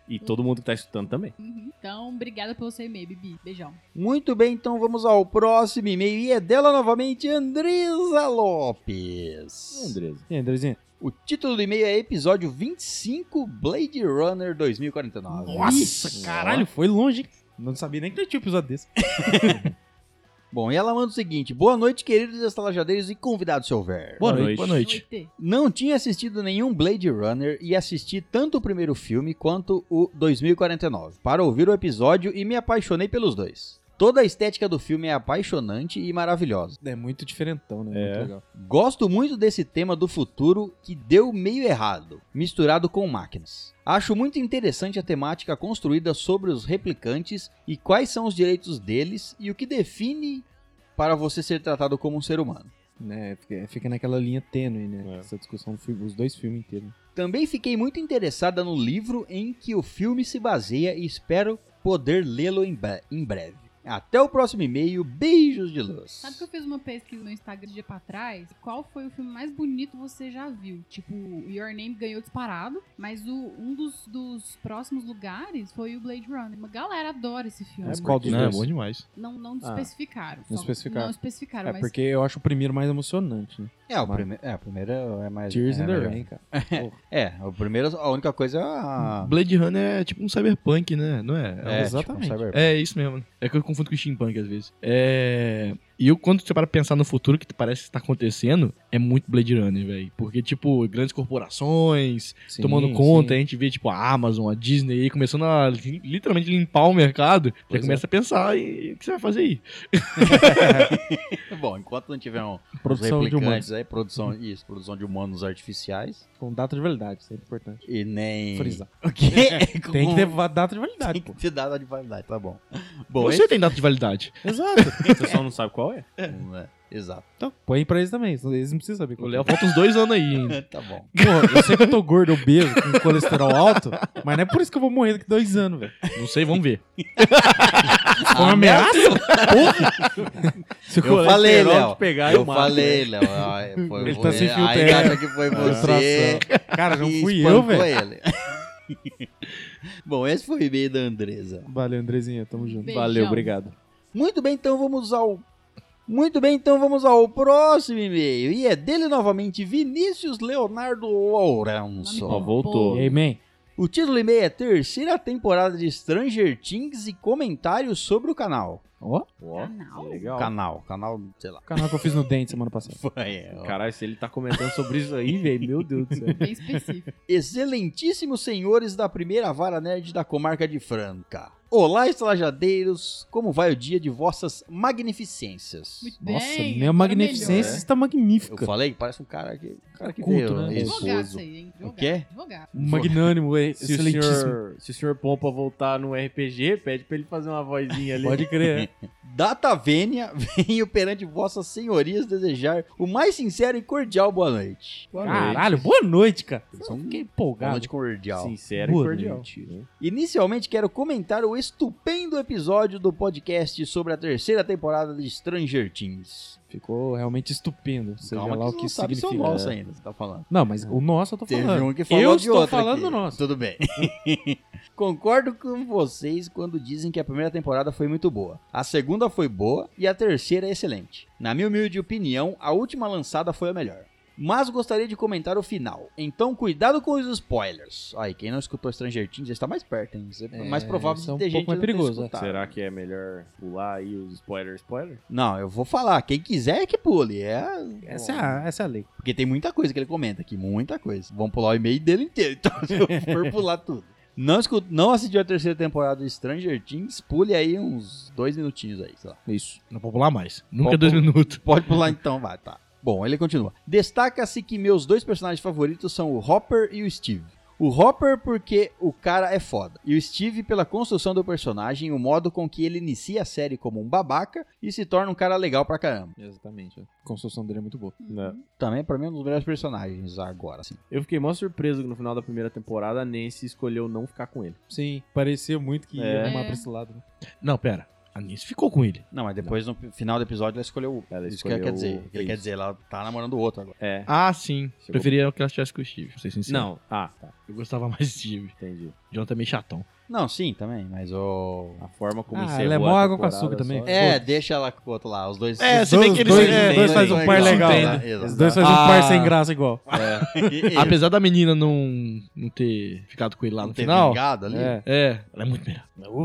E todo mundo que tá escutando também. Uhum. Então, obrigada pelo seu e-mail, Bibi. Beijão. Muito bem, então vamos ao próximo e-mail e é dela novamente, Andresa Lopes. Andresa. E aí, Andrezinha? O título do e-mail é episódio vinte e cinco, Blade Runner dois mil e quarenta e nove. Nossa, caralho, foi longe, hein? Não sabia nem que tinha um episódio desse. Bom, e ela manda o seguinte: boa noite, queridos estalajadeiros e convidados se houver. Boa Boa noite. Boa noite. Noite. Não tinha assistido nenhum Blade Runner e assisti tanto o primeiro filme quanto o dois mil e quarenta e nove para ouvir o episódio e me apaixonei pelos dois. Toda a estética do filme é apaixonante e maravilhosa. É muito diferentão, né? É. Muito legal. Gosto muito desse tema do futuro que deu meio errado, misturado com máquinas. Acho muito interessante a temática construída sobre os replicantes e quais são os direitos deles e o que define para você ser tratado como um ser humano. Né, fica, fica naquela linha tênue, né? É. Essa discussão do filme, os dois filmes inteiros. Também fiquei muito interessada no livro em que o filme se baseia e espero poder lê-lo em, bre- em breve. Até o próximo e-mail, beijos de luz. Sabe que eu fiz uma pesquisa no Instagram de dia pra trás? Qual foi o filme mais bonito que você já viu? Tipo, Your Name ganhou disparado, mas o, um dos, dos próximos lugares foi o Blade Runner. Uma galera adora esse filme. Mas qual dos Não, é dois? bom demais. Não, não Ah, especificaram. não Só- especificaram. Não especificaram, É mas porque eu acho o primeiro mais emocionante, né? É, o, Mas- prime- é, o primeiro é mais... Tears é in the melhor. Rain, cara. É, o primeiro, a única coisa é a... Blade Runner é tipo um cyberpunk, né? Não é? É, exatamente. tipo um cyberpunk. É isso mesmo. É que eu confundo com steampunk às vezes. É... E eu, quando você para pensar no futuro que parece que tá acontecendo, é muito Blade Runner, velho. Porque, tipo, grandes corporações Sim, tomando conta, sim. a gente vê, tipo, a Amazon, a Disney aí começando a li- literalmente limpar o mercado. Pois já começa a pensar, e o que você vai fazer aí? Bom, enquanto não tiver um, Produção uns de replicantes aí, produção, isso, produção de humanos artificiais Com data de validade, isso é importante. e nem... Frisar. O quê? Tem que ter va- data de validade, Tem pô. que ter data de validade, tá bom. Bom, Você esse- tem data de validade. Exato. Você só não sabe qual é? É, exato. Então, põe pra eles também, senão eles não precisam saber. O qual Léo que é. falta uns dois anos aí ainda. Tá bom. Porra, eu sei que eu tô gordo, obeso, com colesterol alto, mas não é por isso que eu vou morrer daqui a dois anos, velho. Não sei, vamos ver. Foi uma ameaça? Porra! Se o Eu colesterol falei, te Léo. pegar, Eu eu mato, falei, velho. Léo. ah, foi Ele você. tá sem filtro, Aí é. acha que foi você. Cara, não que fui eu, espancou velho. ele. Bom, esse foi o e-mail da Andresa. Valeu, Andrezinha, tamo junto. Beijão. Valeu, obrigado. Muito bem, então vamos ao... Muito bem, então vamos ao próximo e-mail. E é dele novamente, Vinícius Leonardo Lourenço. Ó, voltou. E aí, man? O título do e-mail é Terceira Temporada de Stranger Things e comentários sobre o canal. Ó, Ó, Canal? legal. Canal, canal, sei lá. o canal que eu fiz no dente semana passada. Foi, é, ó. Caralho, se ele tá comentando sobre isso aí, velho, meu Deus do céu. Bem específico. Excelentíssimos senhores da primeira vara nerd da comarca de Franca. Olá, estalajadeiros, como vai o dia de vossas magnificências? Muito Nossa, bem. minha agora magnificência melhor. está Eu magnífica. falei que parece um cara que, um cara que Culto, veio, né? né? melhor. Advogado Esposo. isso aí, hein? Advogado. O quê? Advogado. Magnânimo, é, Se o, excelentíssimo. senhor, se o senhor Pompa voltar no R P G, pede pra ele fazer uma vozinha ali. Pode crer. Data vênia, venho perante vossas senhorias desejar o mais sincero e cordial boa noite. Boa noite. Caralho, boa noite, cara. São Fiquei Boa empolgado. noite cordial. Sincero Boa e cordial. noite. né? Inicialmente quero comentar o estupendo episódio do podcast sobre a terceira temporada de Stranger Things. Ficou realmente estupendo, seja Calma lá que o você que não sabe se é o significa. nosso ainda, você tá falando. Não, mas o nosso eu tô Teve falando. um que falou eu de estou outro falando aqui. do nosso. Tudo bem. Concordo com vocês quando dizem que a primeira temporada foi muito boa. A segunda foi boa e a terceira é excelente. Na minha humilde opinião, a última lançada foi a melhor. Mas gostaria de comentar o final. Então, cuidado com os spoilers. Aí, quem não escutou Stranger Things já está mais perto, hein? É, mais provável isso é de um ter pouco gente mais não ter perigoso, é. escutado. Será que é melhor pular aí os spoiler, spoiler? Não, eu vou falar. Quem quiser é que pule. É... Essa é, a, essa é a lei. Porque tem muita coisa que ele comenta aqui. Muita coisa. Vamos pular o e-mail dele inteiro. Então, se eu for pular tudo. Não, escut... não assistiu a terceira temporada de Stranger Things, pule aí uns dois minutinhos aí, sei lá. Isso. Não vou pular mais. Nunca Pode dois pular. minutos. Pode pular então, vai, tá. Bom, ele continua. Destaca-se que meus dois personagens favoritos são o Hopper e o Steve. O Hopper porque o cara é foda. E o Steve pela construção do personagem, o modo com que ele inicia a série como um babaca e se torna um cara legal pra caramba. Exatamente. A construção dele é muito boa. Não. Também, pra mim, é um dos melhores personagens agora, assim. Eu fiquei mó surpreso que no final da primeira temporada a Nancy escolheu não ficar com ele. Sim, parecia muito que É. ia arrumar É. pra esse lado. Né? Não, pera. A Nancy ficou com ele. Não, mas depois no final do episódio ela escolheu o. Ela Isso que ela escolheu quer dizer. o- Ele quer isso. dizer, ela tá namorando o outro agora. É. Ah, sim. Chegou- Preferia que ela estivesse com o Steve, pra ser sincero. Não. Ah, tá. Eu gostava mais de Steve. Entendi. Jonathan é meio chatão. Não, sim, também, mas o. A forma como Ah, encerrou ela é a mó água com temporada açúcar também. só- É, Foda-se. deixa ela com o outro lá. Os dois. É, os se bem Dois, que eles dois, se entendem, dois faz um eles par se legal. entendem. Exato. Os dois fazem um Ah. par sem graça igual. Isso. Apesar da menina não, não ter ficado com ele lá Não no ter final. vingado ali. É. É, ela é muito melhor.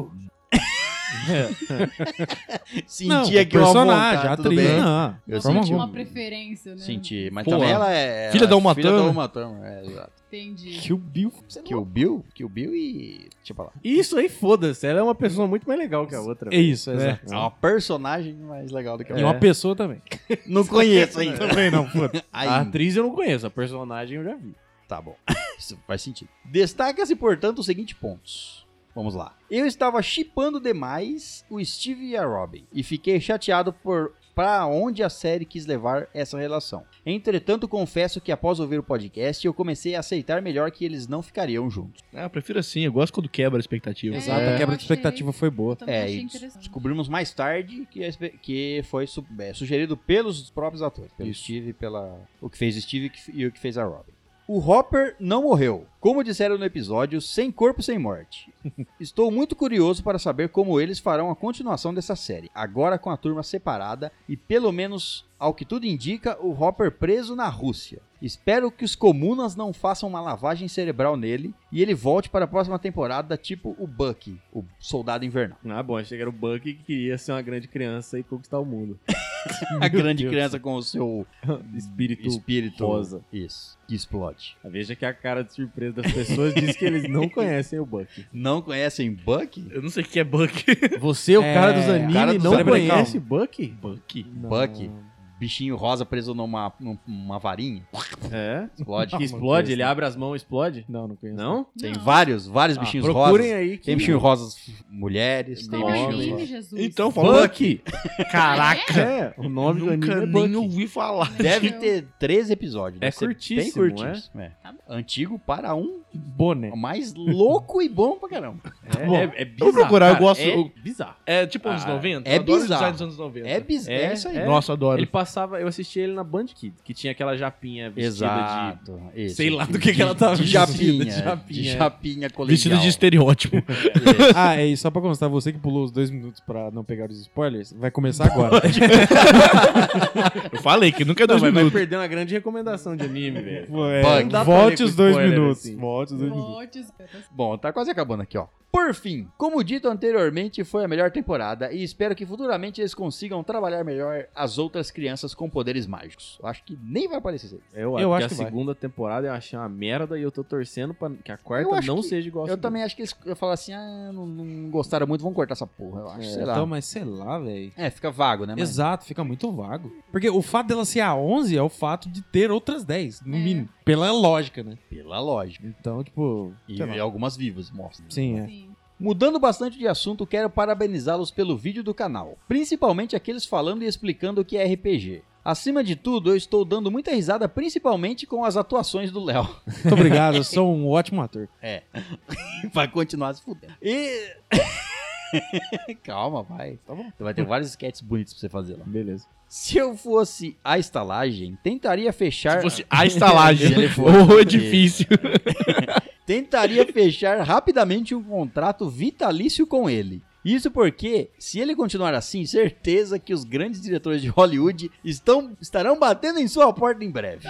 Sentia não, que o uma personagem, vontade, a tudo atriz, bem. não. Eu de forma senti alguma. Uma preferência, né? Senti, mas Pô, também ela é. filha ela da é Uma Filha da Thurman. Uma Thurman, é, exato. Entendi. Kill Bill. Kill Bill, Kill Bill e. Deixa eu falar. Isso aí, foda-se. Ela é uma pessoa muito mais legal que a outra. É isso, velho. exato. É uma personagem mais legal do que a E outra. uma pessoa também. Não conheço ainda. Também não, foda. A Ainda. atriz eu não conheço, a personagem eu já vi. Tá bom. Isso faz sentido. Destaca-se, portanto, os seguintes pontos. Vamos lá. Eu estava shippando demais o Steve e a Robin e fiquei chateado por para onde a série quis levar essa relação. Entretanto, confesso que após ouvir o podcast, eu comecei a aceitar melhor que eles não ficariam juntos. Ah, eu prefiro assim, eu gosto quando quebra a expectativa. É, Exato, eu a quebra de achei- expectativa foi boa. Eu também É, achei e interessante. descobrimos mais tarde que, a espe- que foi su- é, sugerido pelos próprios atores. Pelo Isso. Steve e pela... O que fez o Steve e que- e o que fez a Robin. O Hopper não morreu. Como disseram no episódio, sem corpo, sem morte. Estou muito curioso para saber como eles farão a continuação dessa série, agora com a turma separada e, pelo menos ao que tudo indica, o Hopper preso na Rússia. Espero que os comunas não façam uma lavagem cerebral nele e ele volte para a próxima temporada, tipo o Bucky, o soldado invernal. Ah, bom, achei que era o Bucky que queria ser uma grande criança e conquistar o mundo. A grande criança com o seu Espírito, espírito rosa. Isso, que explode. Veja que a cara de surpresa das pessoas diz que eles não conhecem o Bucky. Não conhecem Bucky? Eu não sei o que é Buck. Você, o É, cara dos cara animes, dos não animes, conhece Bucky? Buck. Bucky? Bichinho rosa preso numa, numa varinha. É? Explode. Que explode, ele abre as mãos e explode? Não, não conheço. Não? Tem Não. vários, vários Ah, bichinhos procurem rosas. aí. Que... Tem bichinhos rosas mulheres, tem Qual é o Homem. bichinhos anime, rosas. Jesus? Então, falou. Bucky! Caraca! É, o nome do Nunca anime é nem Bucky. ouvi falar. Deve ter treze episódios. É deve ser curtíssimo, bem curtinho. É. Antigo para um Boné. mais louco e bom pra caramba. É, Bom, é, é bizarro. vou procurar, eu cara, gosto- É eu- bizarro. É tipo anos Ah, noventa? é Eu adoro os bizarro. designs dos anos noventa. É bizarro. É, isso aí. é. Nossa, adoro. Ele passava, eu assisti ele na Band Kids, que tinha aquela japinha vestida Exato. Isso. Sei lá do que que ela tava de vestida, japinha. de De japinha. japinha, colegial. Vestido de estereótipo. Ah, é isso. Só pra constar, você que pulou os dois minutos pra não pegar os spoilers, vai começar agora. Eu falei que nunca é de... Não, dois mas vai minutos. perder uma grande recomendação de anime, velho. Pô, é, Bug. Não dá pra volte ler com os dois spoiler, minutos. assim. Volte os dois minutos. Volte os- Bom, tá quase acabando aqui, ó. Por fim, como dito anteriormente, foi a melhor temporada e espero que futuramente eles consigam trabalhar melhor as outras crianças com poderes mágicos. Eu acho que nem vai aparecer isso aí. Eu, Eu acho acho que que a vai. segunda temporada eu achei uma merda e eu tô torcendo pra que a Eu quarta acho não que- seja igual a Eu segunda. também acho que eles eu falo assim, ah, não, não gostaram muito, vamos cortar essa porra, eu acho, sei lá. Então, mas sei lá, velho. É, fica vago, né? Mas... Exato, fica muito vago. Porque o fato dela ser a onze é o fato de ter outras dez, no É. mínimo. Pela lógica, né? Pela lógica. Então, tipo. E, sei lá. e algumas vivas, mostra. Sim, é. Sim. Mudando bastante de assunto, quero parabenizá-los pelo vídeo do canal, principalmente aqueles falando e explicando o que é R P G. Acima de tudo, eu estou dando muita risada, principalmente com as atuações do Léo. Muito obrigado, eu sou um ótimo ator. Vai continuar se fudendo. E... Calma, vai. Tá bom. Vai ter vários sketches bonitos pra você fazer lá. Beleza. Se eu fosse a estalagem, tentaria fechar... Se fosse a estalagem Se ele fosse- ou o edifício. Tentaria fechar rapidamente um contrato vitalício com ele. Isso porque, se ele continuar assim, certeza que os grandes diretores de Hollywood estão, estarão batendo em sua porta em breve.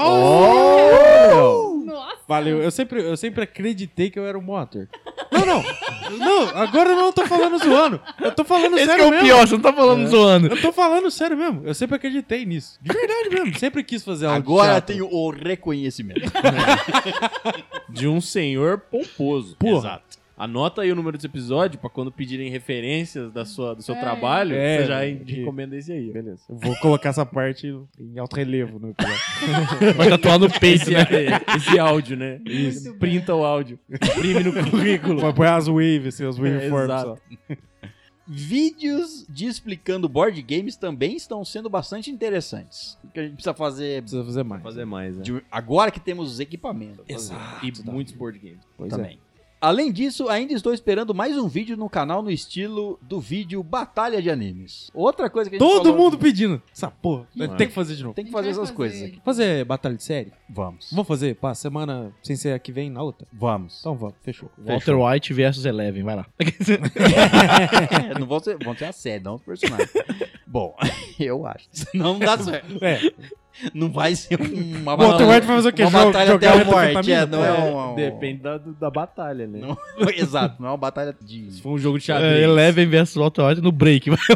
Nossa! Valeu, eu sempre, eu sempre acreditei que eu era um bom ator. Não, não. Não, agora eu não tô falando zoando. Eu tô falando Esse que sério é o mesmo. pior, você não tá falando zoando. Eu tô falando sério mesmo. Eu sempre acreditei nisso. De verdade mesmo. Sempre quis fazer algo de Agora teatro. tenho o reconhecimento. De um senhor pomposo. Porra. Exato. Anota aí o número desse episódio pra quando pedirem referências da sua, do seu É. trabalho, É, você já é. recomenda esse aí. Beleza. Eu vou colocar essa parte em alto relevo no episódio. Vai tatuar no peito, Esse, né? esse áudio, né? Isso. Printa o áudio. Imprime no currículo. Vai pôr as waves, assim, as waveforms. É, só. Vídeos de explicando board games também estão sendo bastante interessantes. O que a gente precisa fazer Precisa fazer mais. Fazer mais, né? de- agora que temos os equipamentos. Exato. E muitos board games. Pois é. Também. Além disso, ainda estou esperando mais um vídeo no canal no estilo do vídeo Batalha de Animes. Outra coisa que a gente Todo falou... mundo pedindo. Essa porra. Mano. Tem que fazer de novo. Tem que A gente fazer vai essas coisas fazer. aqui. Fazer batalha de série? Vamos. Vamos fazer, pá, semana sem ser a que vem, na outra? Vamos. Então vamos, fechou. Walter White versus Eleven, vai lá. É, não vão ser, vão ser a série, não os personagens. Bom, eu acho. Senão não dá certo. É, Não vai ser uma o Walter White vai fazer o quê? Uma Joga- batalha jogar até a morte. metanfetamina? É, não é, um, um- Depende da, da batalha, né? Não. Exato, não é uma batalha de... Se for um jogo de É, xadrez. Eleven versus Walter White no break. vai.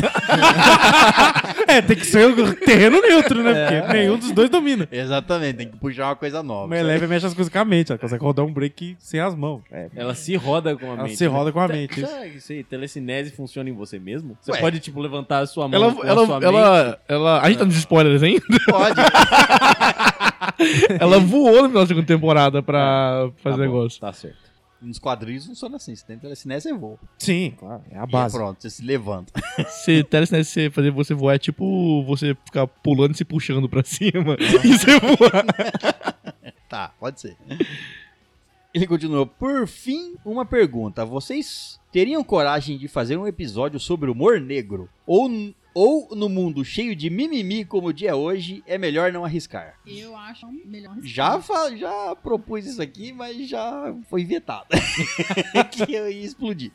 É, tem que ser o terreno neutro, né? Porque nenhum dos dois domina. Exatamente, tem que puxar uma coisa nova. Mas Eleven mexe as coisas com a mente, ela consegue rodar um break sem as mãos. É, Ela se roda com a ela mente. se né? roda com a mente. isso. Será que isso aí, telecinese funciona em você mesmo? Você Ué. pode, tipo, levantar a sua mão Ela, com a ela, sua ela, ela, a gente tá nos spoilers ainda. Pode. Ela voou no final da segunda temporada pra fazer Tá bom, negócio. Tá certo. Nos quadrinhos funciona assim, você tem telecinese, você voa. Sim, claro, é a E base. pronto, você se levanta. Se telecinese você fazer você voar é tipo você ficar pulando e se puxando pra cima e você voar. Tá, pode ser. Ele continuou. Por fim, uma pergunta. Vocês teriam coragem de fazer um episódio sobre humor negro? Ou, n- ou no mundo cheio de mimimi como o dia é hoje, é melhor não arriscar? Eu acho melhor Já, fa- já propus isso aqui, mas já foi vetado. que eu ia explodir.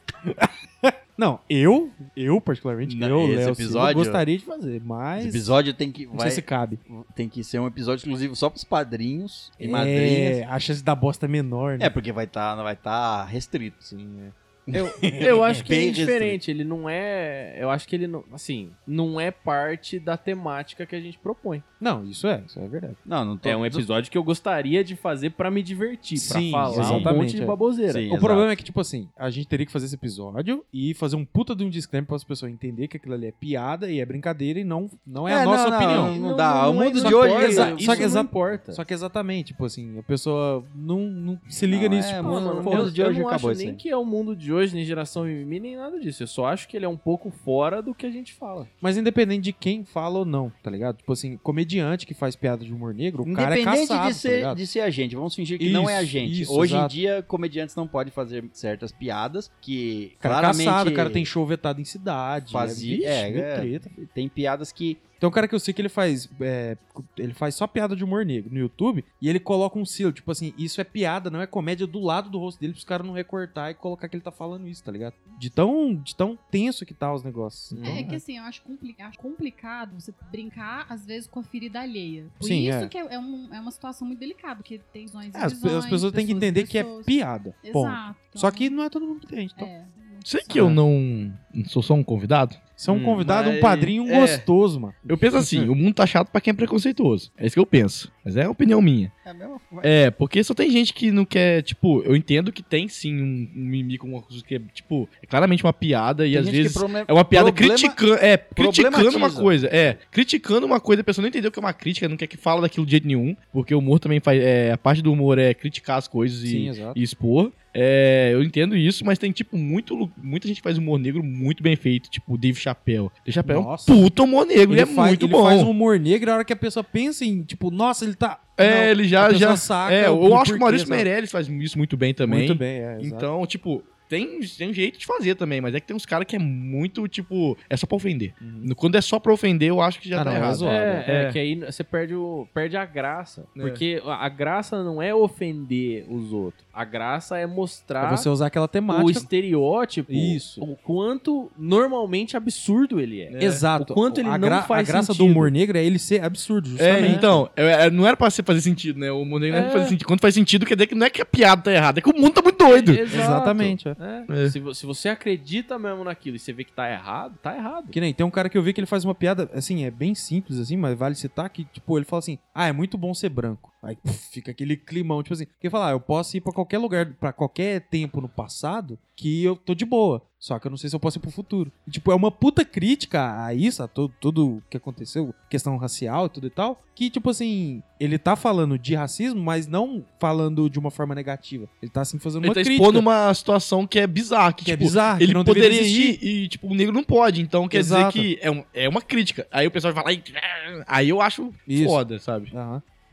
Não, eu, eu particularmente, Não, eu, esse Léo episódio- Silva, gostaria de fazer, mas Esse episódio tem que, não vai, sei se cabe. tem que ser um episódio exclusivo só pros padrinhos e É, madrinhas. a chance da bosta é menor, né? É, porque vai estar vai tá restrito, sim. né? Eu, eu acho que Bem é diferente. Ele não é. Eu acho que ele não. Assim, não é parte da temática que a gente propõe. Não, isso é, isso é verdade. Não, não tô... É um episódio que eu gostaria de fazer pra me divertir, pra Sim, falar um exatamente, monte de é. baboseira. Sim. O Exato. problema é que, tipo assim, a gente teria que fazer esse episódio e fazer um puta de um disclaimer para as pessoas entenderem que aquilo ali é piada e é brincadeira e não, não é, a É, nossa não, opinião. não, não dá. O mundo só de hoje... importa, exa- só Isso que não exa- importa. Só que exatamente, tipo assim, a pessoa não, não se liga Não, nisso. é, tipo, mano, mano, o foda-se. mundo de eu hoje não acabou acho isso nem aí. que é o mundo de hoje, nem geração mimimi, nem nada disso. Eu só acho que ele é um pouco fora do que a gente fala. Mas independente de quem fala ou não, tá ligado? Tipo assim, comediante que faz piada de humor negro, o cara é Independente caçado, de, tá ser, ligado? de ser a gente, vamos fingir que não é a Isso, gente. isso, Hoje exato. em dia, comediantes não podem fazer certas piadas que O cara é claramente caçado, o cara tem show vetado em cidade. Fazia- é, é, vixe, é. treta. tem piadas que Tem um cara que eu sei que ele faz. é, ele faz só piada de humor negro no YouTube e ele coloca um selo, tipo assim, isso é piada, não é comédia do lado do rosto dele pros caras não recortar e colocar que ele tá falando isso, tá ligado? De tão, de tão tenso que tá os negócios. Então, É que assim, eu acho, compli- acho complicado você brincar, às vezes, com a ferida alheia. Por Sim, isso é. que é, é um- é uma situação muito delicada, porque tem visões e é, as, visões, as pessoas têm que pessoas e entender que é pessoas. piada. Ponto. Exato. Só que não é todo mundo que entende. Então. É. Sei que eu não sou só um convidado. Você é um Hum, convidado, um mas- padrinho é. gostoso, mano. Eu penso assim, o mundo tá chato pra quem é preconceituoso. É isso que eu penso. Mas é a opinião minha. é a mesma coisa. É, porque só tem gente que não quer, tipo, eu entendo que tem sim um, um mimimi com uma coisa que é, tipo, é claramente uma piada e Tem às gente que vezes problema- é uma piada problema- criticando, é, criticando uma problematiza. coisa, é, criticando uma coisa, a pessoa não entendeu que é uma crítica, não quer que fala daquilo de jeito nenhum, porque o humor também faz, é, a parte do humor é criticar as coisas e, Sim, exato. e expor. É, eu entendo isso, mas tem, tipo, muito, muita gente que faz humor negro muito bem feito, tipo o Dave Chappelle. Dave Chappelle Nossa. é um puta humor negro, ele, é faz, muito ele bom. faz um humor negro e a hora que a pessoa pensa em, tipo, nossa, ele tá. É, Não, ele a já, pessoa já, saca é, o eu acho que porquê, o Maurício sabe? Meirelles faz isso muito bem também. Muito bem, é. exato. Então, tipo, tem, tem um jeito de fazer também, mas é que tem uns caras que é muito, tipo, é só pra ofender. Quando é só pra ofender, eu acho que já Ah, tá não, é errado. zoado. É, é, É. que aí você perde, o, perde a graça. É. Porque a a graça não é ofender os outros. A graça é mostrar Pra você usar aquela o temática. estereótipo, Isso. o quanto normalmente absurdo ele é. Exato. O quanto ele a não gra- faz A graça sentido. do humor negro é ele ser absurdo, É, justamente. então, é, é, não era pra você fazer sentido, né? O mundo não era pra É. fazer sentido. Quando faz sentido, quer dizer que não é que a piada tá errada, é que o mundo tá muito doido. Exato. Exatamente, é. É. É. Se, vo- se você acredita mesmo naquilo e você vê que tá errado, tá errado. Que nem tem um cara que eu vi que ele faz uma piada, assim, é bem simples, assim, mas vale citar que, tipo, ele fala assim, ah, é muito bom ser branco. Aí puf, fica aquele climão, tipo assim, porque fala, ah, eu posso ir pra qualquer lugar, pra qualquer tempo no passado, que eu tô de boa. Só que eu não sei se eu posso ir pro futuro. E, tipo, é uma puta crítica a isso, a to- tudo que aconteceu, questão racial e tudo e tal, que, tipo assim, ele tá falando de racismo, mas não falando de uma forma negativa. Ele tá, assim, fazendo Ele uma tá crítica. expondo uma situação que é bizarra, que, Que é tipo, bizarra, que ele não deveria poderia ir existir. e, tipo, o negro não pode. Então quer Exato. dizer que é, um- é uma crítica. Aí o pessoal vai lá e... Aí eu acho Isso. foda, sabe? Aham.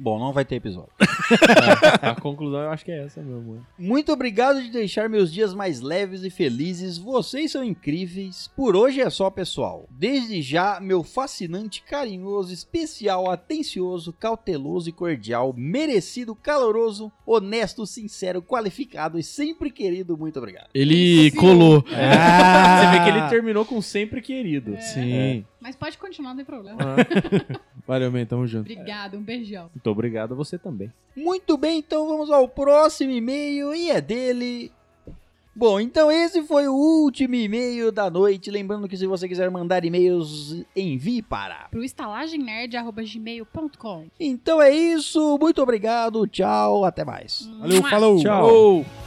Bom, não vai ter episódio. A conclusão eu acho que é essa mesmo. né? Muito obrigado de deixar meus dias mais leves e felizes. Vocês são incríveis. Por hoje é só, pessoal. Desde já, meu fascinante, carinhoso, especial, atencioso, cauteloso e cordial, merecido, caloroso, honesto, sincero, qualificado e sempre querido. Muito obrigado. Ele colou. Ah, Você vê que ele terminou com sempre querido. Sim. Mas pode continuar, não tem problema. Valeu, man, tamo junto. Obrigado, um beijão. Muito obrigado a você também. Muito bem, então vamos ao próximo e-mail e é dele. Bom, então esse foi o último e-mail da noite. Lembrando que se você quiser mandar e-mails, envie para. Pro estalagemnerd arroba gmail ponto com. Então é isso, muito obrigado, tchau, até mais. Valeu, Mua! falou. Tchau.